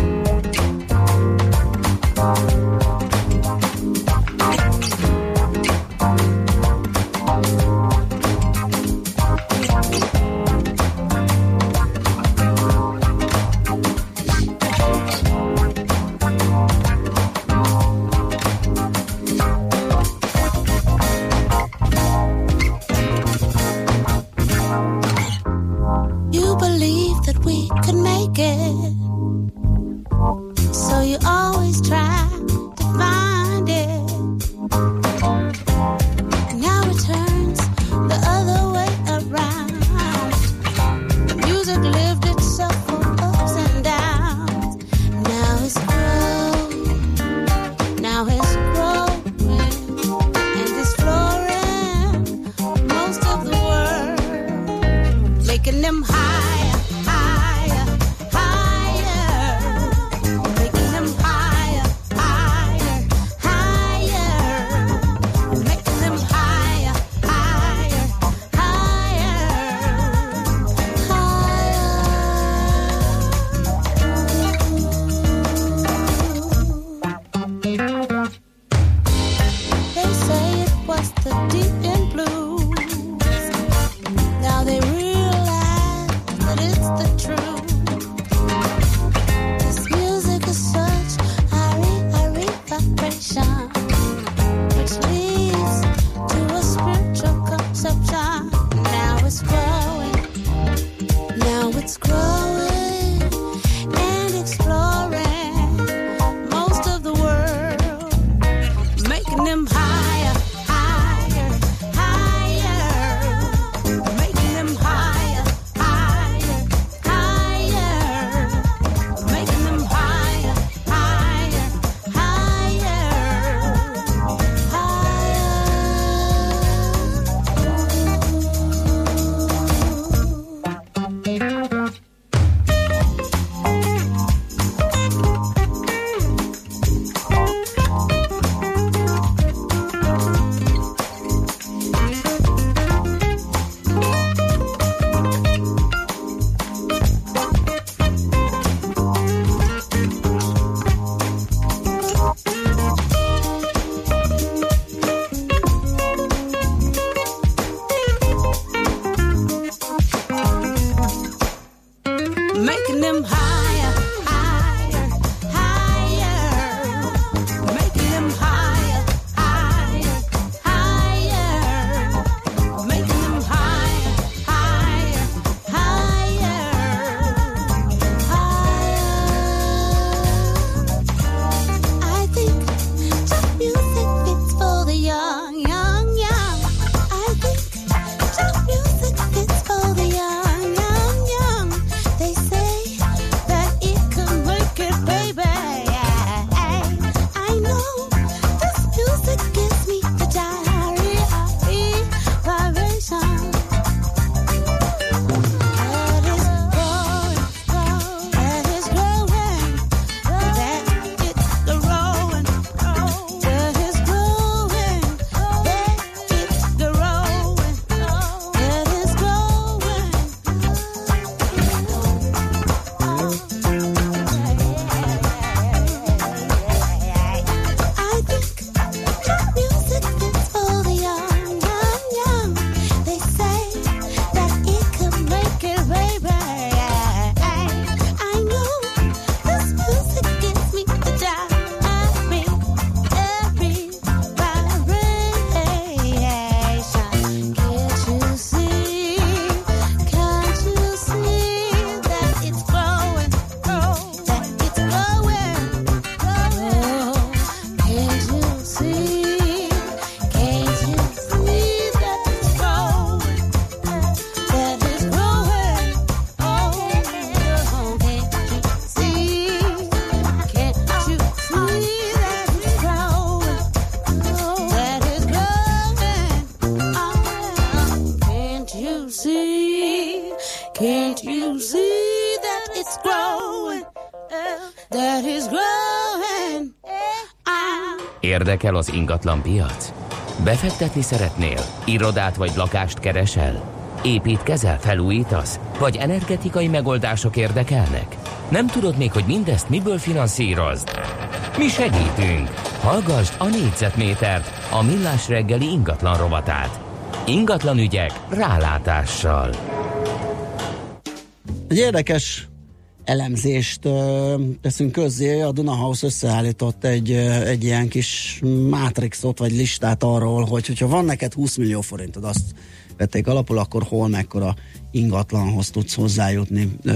That it's growing, that is growing. Érdekel az ingatlan piac? Befektetni szeretnél? Irodát vagy lakást keresel? Építkezel, felújítasz? Vagy energetikai megoldások érdekelnek? Nem tudod még, hogy mindezt miből finanszírozd? Mi segítünk! Hallgasd a Négyzetmétert, a Millás reggeli ingatlan rovatát. Ingatlan ügyek rálátással. Egy érdekes elemzést ö, teszünk közzé. A Dunahouse összeállított egy, egy ilyen kis mátrixot vagy listát arról, hogy hogyha van neked húsz millió forintod, azt vették alapul, akkor hol mekkora ingatlanhoz tudsz hozzájutni. Ö,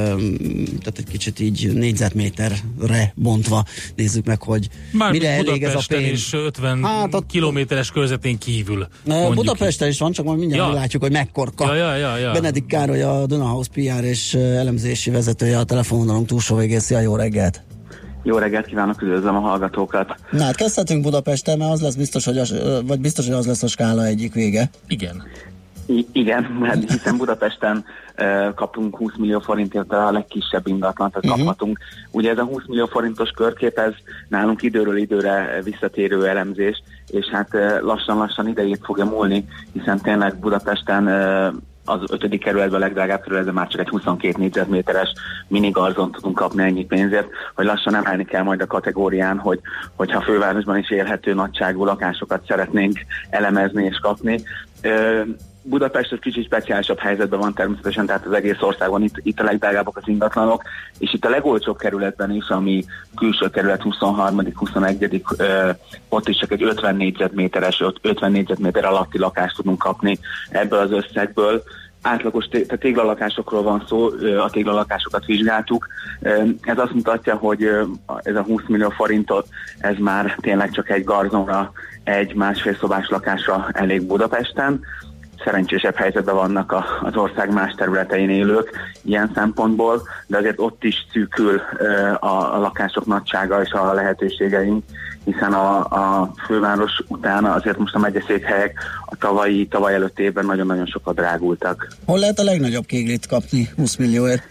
tehát egy kicsit így négyzetméterre bontva nézzük meg, hogy már mire elég ez a pénz. És ötven hát a kilométeres körzetén kívül. Budapesten is van, csak majd mindjárt ja. látjuk, hogy mekkorka. Ja, ja, ja, ja. Benedikt Károly, a Dunahouse pé er és elemzési vezetője a telefonvonalunk túlsó végén. Szia, jó reggelt! Jó reggelt kívánok, üdvözlöm a hallgatókat! Na hát kezdhetünk Budapesten, mert az lesz biztos, hogy az, vagy biztos, hogy az lesz a skála egyik vége. Igen. I- igen, hiszen Budapesten uh, kapunk húsz millió forintért a legkisebb ingatlant, uh-huh. kaphatunk. Ugye ez a húsz millió forintos körkép, ez nálunk időről időre visszatérő elemzés, és hát uh, lassan-lassan idejét fogja múlni, hiszen tényleg Budapesten uh, az ötödik kerületben a legdrágább kerületben már csak egy huszonkét négyzetméteres minigarzont tudunk kapni ennyi pénzért, hogy lassan emelni kell majd a kategórián, hogy, hogyha fővárosban is élhető nagyságú lakásokat szeretnénk elemezni és kapni. Uh, Budapest egy kicsit speciálisabb helyzetben van természetesen, tehát az egész országban itt, itt a legdrágábbak az ingatlanok, és itt a legolcsóbb kerületben is, ami külső kerület huszonharmadik huszonegyedik ott is csak egy ötven négyzetméteres, ötven négyzetméter alatti lakást tudunk kapni ebből az összegből. Átlagos té- tehát téglalakásokról van szó, a téglalakásokat vizsgáltuk. Ez azt mutatja, hogy ez a húsz millió forintot, ez már tényleg csak egy garzonra, egy másfél szobás lakásra elég Budapesten. Szerencsésebb helyzetben vannak a, az ország más területein élők ilyen szempontból, de azért ott is szűkül a, a lakások nagysága és a lehetőségeink, hiszen a, a főváros után azért most a megyeszékhelyek a tavalyi, tavaly előtt évben nagyon-nagyon sokat drágultak. Hol lehet a legnagyobb kéglit kapni húsz millióért?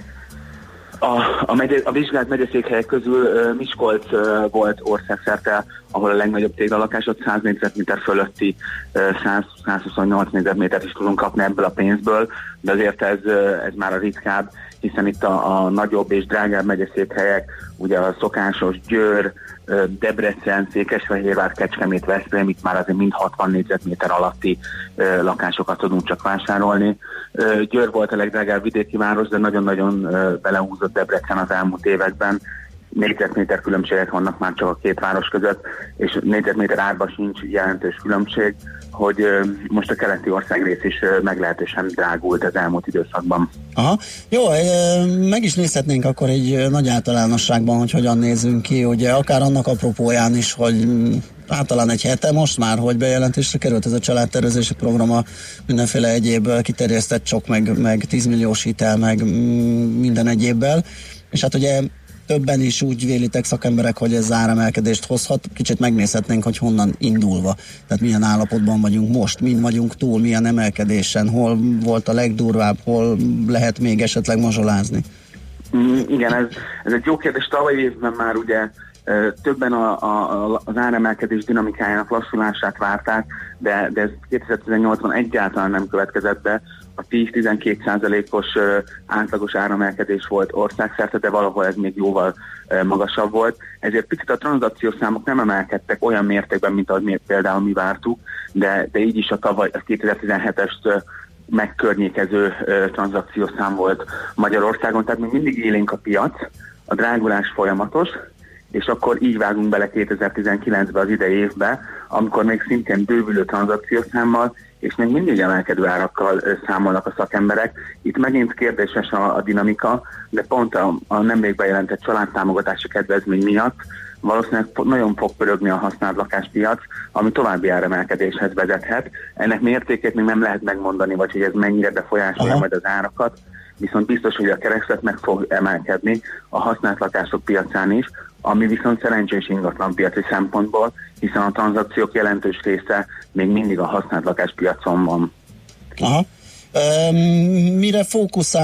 A, a, megye, a vizsgált megyeszékhelyek közül uh, Miskolc uh, volt országszerte, ahol a legnagyobb téglalakás, ott száz négyzetméter fölötti uh, száz-százhuszonnyolc négyzetmétert is tudunk kapni ebből a pénzből, de azért ez, uh, ez már a ritkább, hiszen itt a, a nagyobb és drágább megyeszékhelyek, ugye a szokásos Győr, uh, Debrecen, Székesfehérvár, Kecskemét, Veszprém, itt már azért mind hatvan négyzetméter alatti uh, lakásokat tudunk csak vásárolni. Uh, Győr volt a legdrágább vidéki város, de nagyon-nagyon uh, belehúzott Debrecen az elmúlt években. Négyzetméter különbségek vannak már csak a két város között, és négyzetméter árban sincs jelentős különbség, hogy uh, most a keleti országrész is uh, meglehetősen drágult az elmúlt időszakban. Aha. Jó, meg is nézhetnénk akkor egy nagy általánosságban, hogy hogyan nézzünk ki, ugye akár annak apropóján is, hogy általán egy hete most már, hogy bejelentésre került ez a családtervezési program, a mindenféle egyéb kiterjesztett csok, meg, meg tíz milliós hitel, meg minden egyébbel, és hát ugye többen is úgy vélitek szakemberek, hogy ez áremelkedést hozhat. Kicsit megnézhetnénk, hogy honnan indulva. Tehát milyen állapotban vagyunk most, min vagyunk túl, milyen emelkedésen, hol volt a legdurvább, hol lehet még esetleg mazsolázni. Mm, igen, ez, ez egy jó kérdés. Tavaly évben már ugye többen a, a, az áremelkedés dinamikájának lassulását várták, de, de ez kétezer-tizennyolcban egyáltalán nem következett be. A tíz-tizenkét százalékos átlagos áremelkedés volt országszerte, de valahol ez még jóval uh, magasabb volt. Ezért picit a tranzakciós számok nem emelkedtek olyan mértékben, mint ahogy mi, például mi vártuk, de, de így is a tavaly, a kétezer-tizenhetes uh, megkörnyékező uh, tranzakciós szám volt Magyarországon, tehát még mindig élénk a piac, a drágulás folyamatos, és akkor így vágunk bele kétezer-tizenkilencbe az idei évbe, amikor még szintén bővülő tranzakciós számmal, és még mindig emelkedő árakkal számolnak a szakemberek. Itt megint kérdéses a, a dinamika, de pont a, a nemrég bejelentett családtámogatási kedvezmény miatt valószínűleg nagyon fog pörögni a használt lakáspiac, ami további áremelkedéshez vezethet. Ennek mértékét még nem lehet megmondani, vagy hogy ez mennyire befolyásolja majd az árakat, viszont biztos, hogy a kereslet meg fog emelkedni a használt lakások piacán is, ami viszont szerencsés ingatlanpiaci szempontból, hiszen a tranzakciók jelentős része még mindig a használt lakáspiacon van. Aha. E, mire fókuszálhat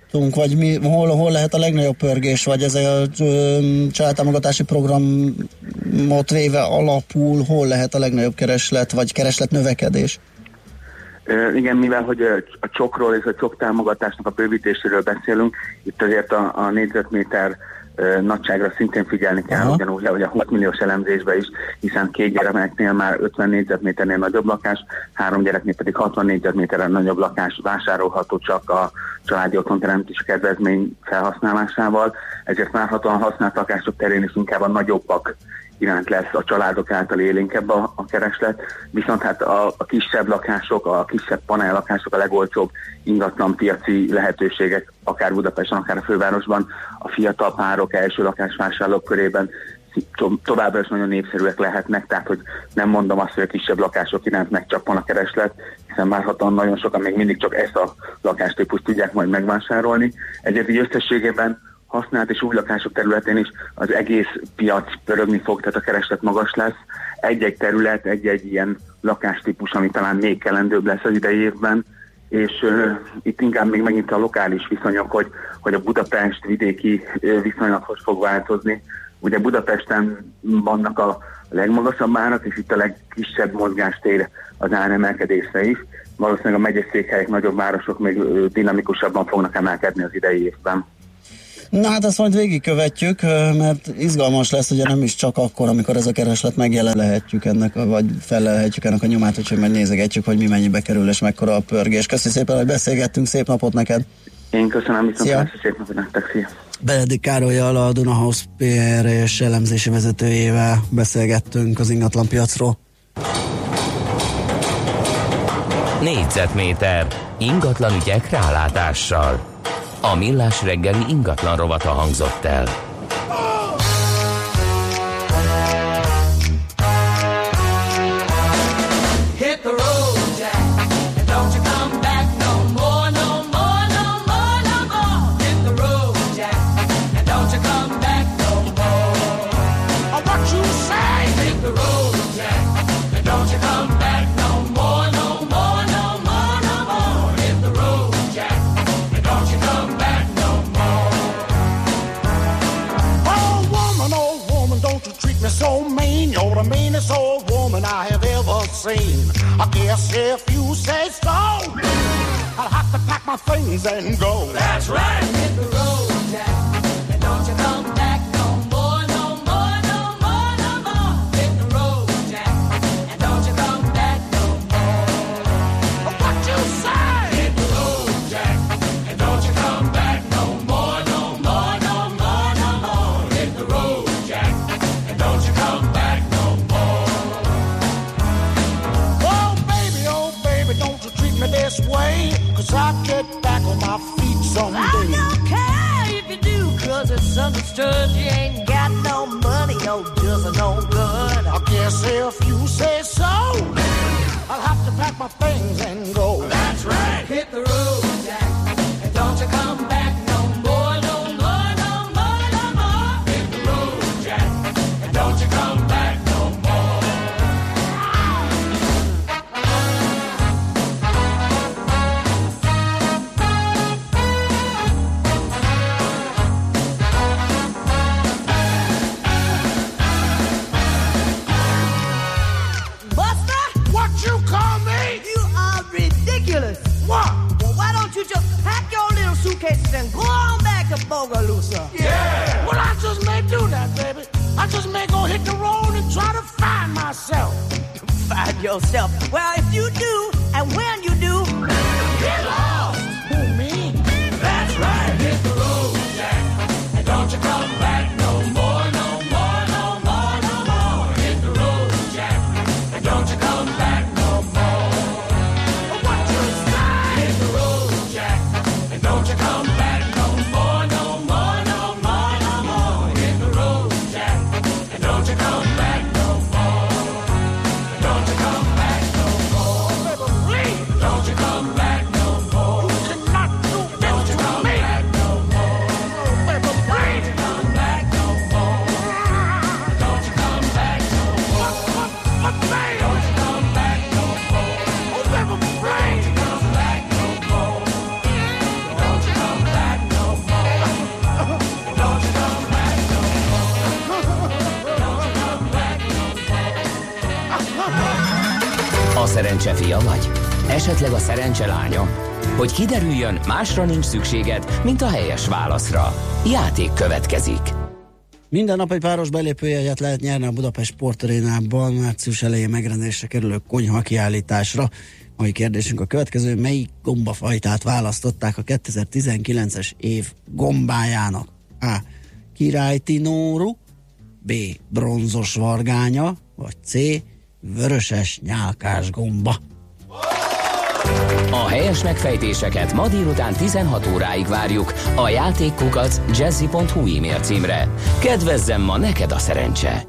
támogatunk, vagy mi, hol, hol lehet a legnagyobb pörgés, vagy ez a családtámogatási programot véve alapul, hol lehet a legnagyobb kereslet, vagy kereslet növekedés? Uh, igen, mivel hogy a csokról és a csok támogatásnak a bővítéséről beszélünk, itt azért a, a négyzetméter uh, nagyságra szintén figyelni kell, Aha. ugyanúgy, hogy a húsz milliós elemzésben is, hiszen két gyereknél már ötven négyzetméternél nagyobb lakás, három gyereknél pedig hatvan négyzetméteren nagyobb lakás vásárolható csak a családi otthonteremtési kedvezmény felhasználásával, ezért várhatóan használt lakások terén is inkább a nagyobbak iránt lesz a családok által élénkebb a, a kereslet, viszont hát a, a kisebb lakások, a kisebb panellakások, a legolcsóbb ingatlan piaci lehetőségek, akár Budapesten, akár a fővárosban, a fiatal párok, első lakásvásárlók körében to- továbbra is nagyon népszerűek lehetnek, tehát hogy nem mondom azt, hogy a kisebb lakások iránt megcsappan a kereslet, hiszen várhatóan nagyon sokan még mindig csak ezt a lakástípust tudják majd megvásárolni, ezért így összességében használt és új lakások területén is az egész piac pörögni fog, tehát a kereslet magas lesz. Egy-egy terület, egy-egy ilyen lakástípus, ami talán még kellendőbb lesz az idei évben, és uh, itt inkább még megint a lokális viszonyok, hogy, hogy a Budapest vidéki uh, viszonylag hogy fog változni. Ugye Budapesten vannak a legmagasabb árak, és itt a legkisebb mozgástér az áremelkedésre is. Valószínűleg a megyeszékhelyek, nagyobb városok még uh, dinamikusabban fognak emelkedni az idei évben. Na hát ezt majd végigkövetjük, mert izgalmas lesz, ugye nem is csak akkor, amikor ez a kereslet megjelenhetjük ennek, vagy felelhetjük ennek a nyomát, úgyhogy majd nézegetjük, hogy mi mennyibe kerül és mekkora a pörgés. Köszönjük szépen, hogy beszélgettünk, szép napot neked! Én köszönöm, viszont szép napot nektek, szia! Benedik Károllyal, a Dunahouse pé er és elemzési vezetőjével beszélgettünk az ingatlanpiacról. Négyzetméter ingatlan ügyek rálátással. A Millás reggeli ingatlan rovata hangzott el. Hit the road, Jack, and don't you come back no more, no more, no more, no more. Hit the road, Jack, and don't you come back no more. Oh, what you say? Hit the road, Jack, and don't you come back no more, no more, no more, no more. Hit the road, Jack, and don't you come back no more. Oh, woman, oh, woman, don't you treat me so mean. You're the meanest old woman I have ever seen. I guess if you say so, I'll have to pack my things and go. That's right. Hit the road, Jack, and don't you come back no more, no more, no more, no more. Hit the road, Jack, and don't you come back no more. What you say? Hit the road, Jack, and don't you come back no more, no more, no more, no more. Hit the road, Jack, and don't you come back no more. Oh, baby, oh, baby, don't you treat me this way, 'cause I'll get back on my feet someday. I don't care if you do, 'cause it's understood you ain't got no money, no just no good. I guess if you say so, I'll have to pack my things and go. That's right. Hit the road, Jack, and don't you come back no more, no more, no more, no more. Hit the road, Jack, and don't you come back no more. Buster? What you call me? You are ridiculous. What? Well, why don't you just pack your little suitcases and go on back to Bogalusa? Yeah. Well, I just may do that, baby. I just may go hit the road and try to find myself. Find yourself? Well, if you do, and when you do, get lost. Who, me? That's right. Hit the road, Jack, and don't you come back no more, no more, no more, no more. Hit the road, Jack, and don't you come back no more. What you say? Hit the road, Jack, and don't you come back no more, no more, no more, no more. Hit the road, Jack, and don't you come back no more. Don't you come back no more. Don't you come back no more. szerencse fia vagy? Esetleg a szerencse lánya? Hogy kiderüljön, másra nincs szükséged, mint a helyes válaszra. Játék következik. Minden nap egy páros belépőjegyet lehet nyerni a Budapest Sportarénában március elején megrendezésre kerülő konyha kiállításra. Mai kérdésünk a következő: melyik gombafajtát választották a kétezer-tizenkilences év gombájának? A. Királytinóru, B. Bronzos vargánya, vagy C. Vöröses nyálkás gomba. A helyes megfejtéseket ma délután tizenhat óráig várjuk a játékkukac jazzy pont hu e-mail címre. Kedvezzem ma neked a szerencse!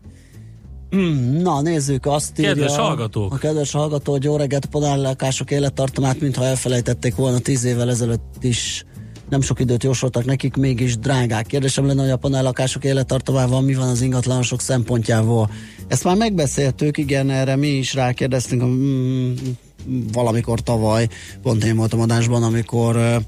Mm, na, nézzük, azt írja kedves hallgatók. A kedves hallgató, hogy jó reggelt, panellakások élettartamát, mintha elfelejtették volna tíz évvel ezelőtt is. Nem sok időt jósoltak nekik, mégis drágák. Kérdésem lenne, hogy a panellakások élettartamával mi van az ingatlanosok szempontjából. Ezt már megbeszéltük, igen, erre mi is rákérdeztünk mm, valamikor tavaly, pont én voltam adásban, amikor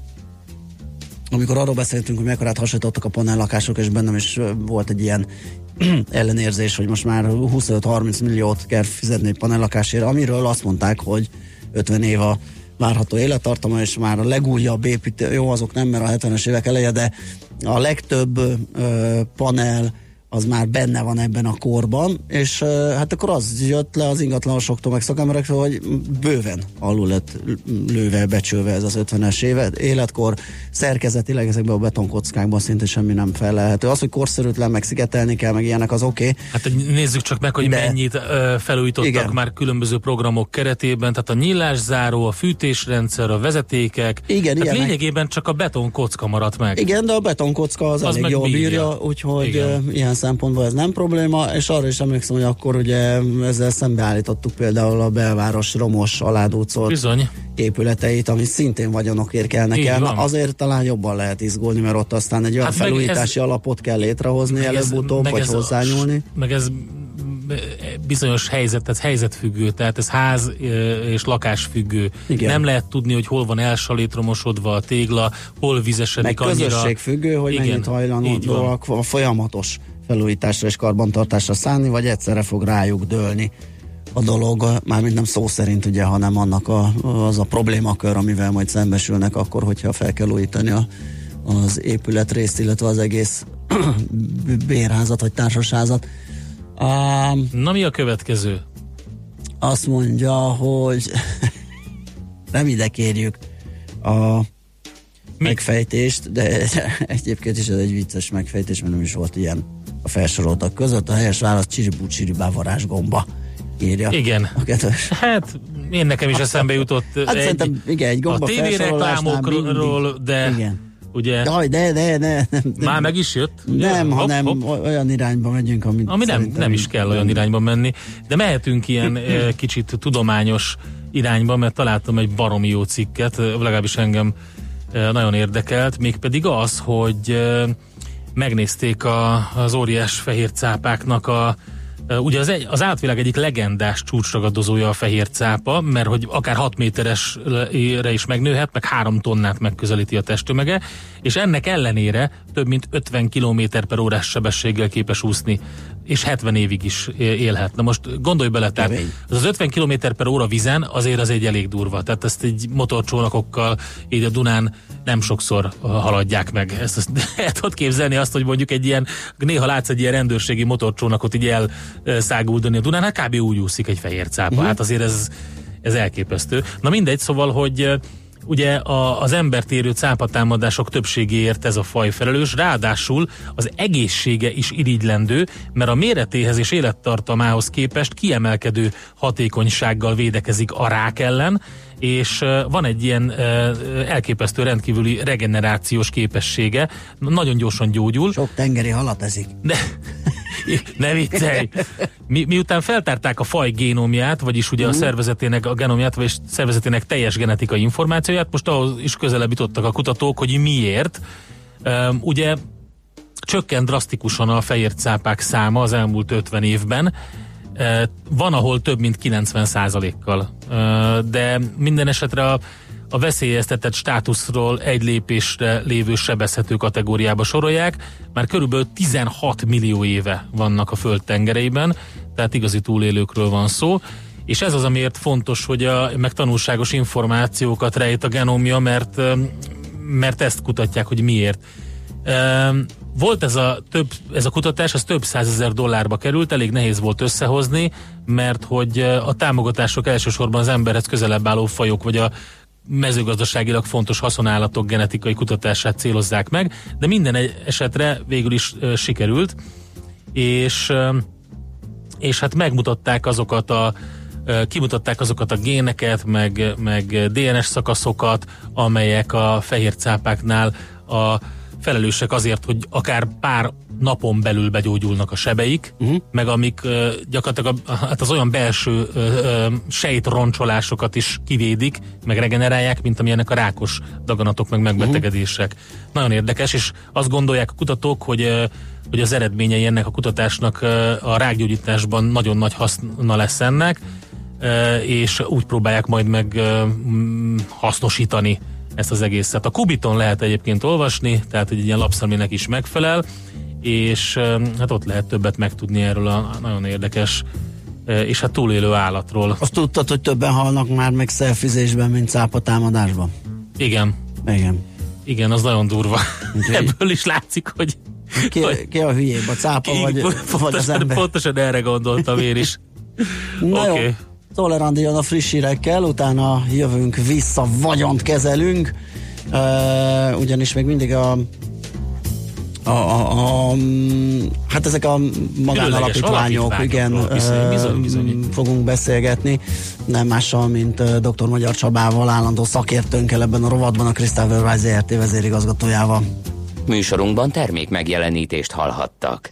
amikor arról beszéltünk, hogy mekkorát hasonlítottak a panellakások, és bennem is volt egy ilyen ellenérzés, hogy most már huszonöt-harminc milliót kell fizetni egy panellakásért, amiről azt mondták, hogy ötven év a várható élettartama, és már a legújabb építő, jó, azok nem, mert a hetvenes évek eleje, de a legtöbb ö, panel az már benne van ebben a korban, és uh, hát akkor az jött le az ingatlanosoktól, meg szakemberektől, hogy bőven alul lett lőve, becsülve ez az ötvenes éve életkor, szerkezetileg ezekben a betonkockákban szinte semmi nem felelhető. Az, hogy korszerűtlen, meg szigetelni kell, meg ilyenek, az oké. Okay. Hát nézzük csak meg, hogy de mennyit uh, felújítottak igen. már különböző programok keretében, tehát a nyílászáró, a fűtésrendszer, a vezetékek, igen, tehát lényegében csak a betonkocka maradt meg. Igen, de a betonkocka az, az elég jól bírja, bírja úgyhogy uh, ilyen szempontból ez nem probléma, és arra is emlékszem, hogy akkor ugye ezzel szembeállítottuk például a belváros romos, aládúcolt bizony épületeit, ami szintén vagyonokért kelnek el. Na, azért talán jobban lehet izgulni, mert ott aztán egy olyan hát felújítási ez, alapot kell létrehozni előbb-utóbb, vagy hozzányúlni. Meg ez bizonyos helyzet, ez helyzetfüggő, tehát ez ház és lakásfüggő. Igen. Nem lehet tudni, hogy hol van elsalétromosodva a tégla, hol vizesedik meg annyira. Meg közösségfüggő, hogy igen, mennyit hajlandóak a folyamatos felújításra és karbantartásra szánni, vagy egyszerre fog rájuk dőlni a dolog, mármint nem szó szerint ugye, hanem annak a, az a problémakör, amivel majd szembesülnek akkor, hogyha fel kell újítani a, az épületrészt, illetve az egész bérházat vagy társasházat. Um, Na mi a következő? Azt mondja, hogy nem ide kérjük a mi? megfejtést, de egyébként is ez egy vicces megfejtés, mert nem is volt ilyen a felsoroltak között. A helyes válasz csiribú-csiribá varázsgomba, írja. Igen. Hát én nekem is eszembe jutott hát egy, igen, egy gomba a tévéreklámokról, de igen. Ugye? Jaj, de, de, de, de, de. Már meg is jött? Ugye? Nem, hopp, hanem hopp. olyan irányba megyünk, amit ami nem, nem is kell olyan irányba menni, de mehetünk ilyen kicsit tudományos irányba, mert találtam egy baromi jó cikket, legalábbis engem nagyon érdekelt, mégpedig az, hogy megnézték a, az óriás fehér cápáknak a ugye az, egy, az átvilág egyik legendás csúcsragadozója a fehér cápa, mert hogy akár hat méteresre is megnőhet, meg három tonnát megközelíti a testtömege, és ennek ellenére több mint ötven kilométer per órás sebességgel képes úszni, és hetven évig is élhet. Na most gondolj bele, tehát az, az ötven kilométer per óra vízen azért az egy elég durva, tehát ezt egy motorcsónakokkal így a Dunán nem sokszor haladják meg. Ezt, ezt el tudod képzelni azt, hogy mondjuk egy ilyen, néha látsz egy ilyen rendőrségi motorcsónakot így elszáguldani a Dunán, hát kb. Úgy úszik egy fehér cápa. Mm-hmm. Hát azért ez, ez elképesztő. Na mindegy, szóval, hogy ugye a, az embert érő cápatámadások többségéért ez a faj felelős, ráadásul az egészsége is irigylendő, mert a méretéhez és élettartamához képest kiemelkedő hatékonysággal védekezik a rák ellen, és van egy ilyen elképesztő rendkívüli regenerációs képessége, nagyon gyorsan gyógyul. Sok tengeri halat eszik. De, ne viccelj! Mi, miután feltárták a faj génomját, vagyis ugye uh. a szervezetének a genomját, vagy szervezetének teljes genetikai információját, most ahhoz is közelebb jutottak a kutatók, hogy miért. Um, ugye csökkent drasztikusan a fehér cápák száma az elmúlt ötven évben, uh, van, ahol több mint kilencven százalékkal, uh, de minden esetre a a veszélyeztetett státuszról egy lépésre lévő sebezhető kategóriába sorolják. Már körülbelül tizenhat millió éve vannak a föld tengereiben, tehát igazi túlélőkről van szó, És ez az, amiért fontos, hogy a meg tanulságos információkat rejt a genómja, mert, mert ezt kutatják, hogy miért. Volt ez a, több, ez a kutatás, az több százezer dollárba került, elég nehéz volt összehozni, mert hogy a támogatások elsősorban az emberhez közelebb álló fajok, vagy a mezőgazdaságilag fontos haszonállatok genetikai kutatását célozzák meg, de minden esetre végül is uh, sikerült, és, uh, és hát megmutatták azokat a uh, kimutatták azokat a géneket, meg, meg dé en es szakaszokat, amelyek a fehér cápáknál a felelősek azért, hogy akár pár napon belül begyógyulnak a sebeik, uh-huh. meg amik uh, gyakorlatilag a, hát az olyan belső uh, uh, sejtroncsolásokat is kivédik, meg regenerálják, mint amilyenek a rákos daganatok, meg megbetegedések. Uh-huh. Nagyon érdekes, és azt gondolják a kutatók, hogy, uh, hogy az eredményei ennek a kutatásnak uh, a rákgyógyításban nagyon nagy haszna lesz ennek, uh, és úgy próbálják majd meg uh, hasznosítani ezt az egészet. A Kubiton lehet egyébként olvasni, tehát hogy egy ilyen lapszemlének is megfelel, és hát ott lehet többet megtudni erről a nagyon érdekes és hát túlélő állatról. Azt tudtad, hogy többen halnak már meg szelfizésben, mint cápatámadásban? Igen. Igen. Igen, az nagyon durva. Okay. Ebből is látszik, hogy... Ki, hogy ki a hülyébb, a cápa ki, vagy, pontosan, vagy az ember? Pontosan erre gondoltam én is. Na okay. Jó, Czoller Andi jön a friss hírekkel, utána jövünk vissza, vagyont kezelünk, uh, ugyanis még mindig a A, a, a, hát ezek a magánalapítványok, igen, bizony, bizony, bizony. fogunk beszélgetni, nem mással, mint dr. Magyar Csabával, állandó szakértőnkkel ebben a rovatban, a Crystal Worldwide zé er té vezérigazgatójával. Műsorunkban termék megjelenítést hallhattak.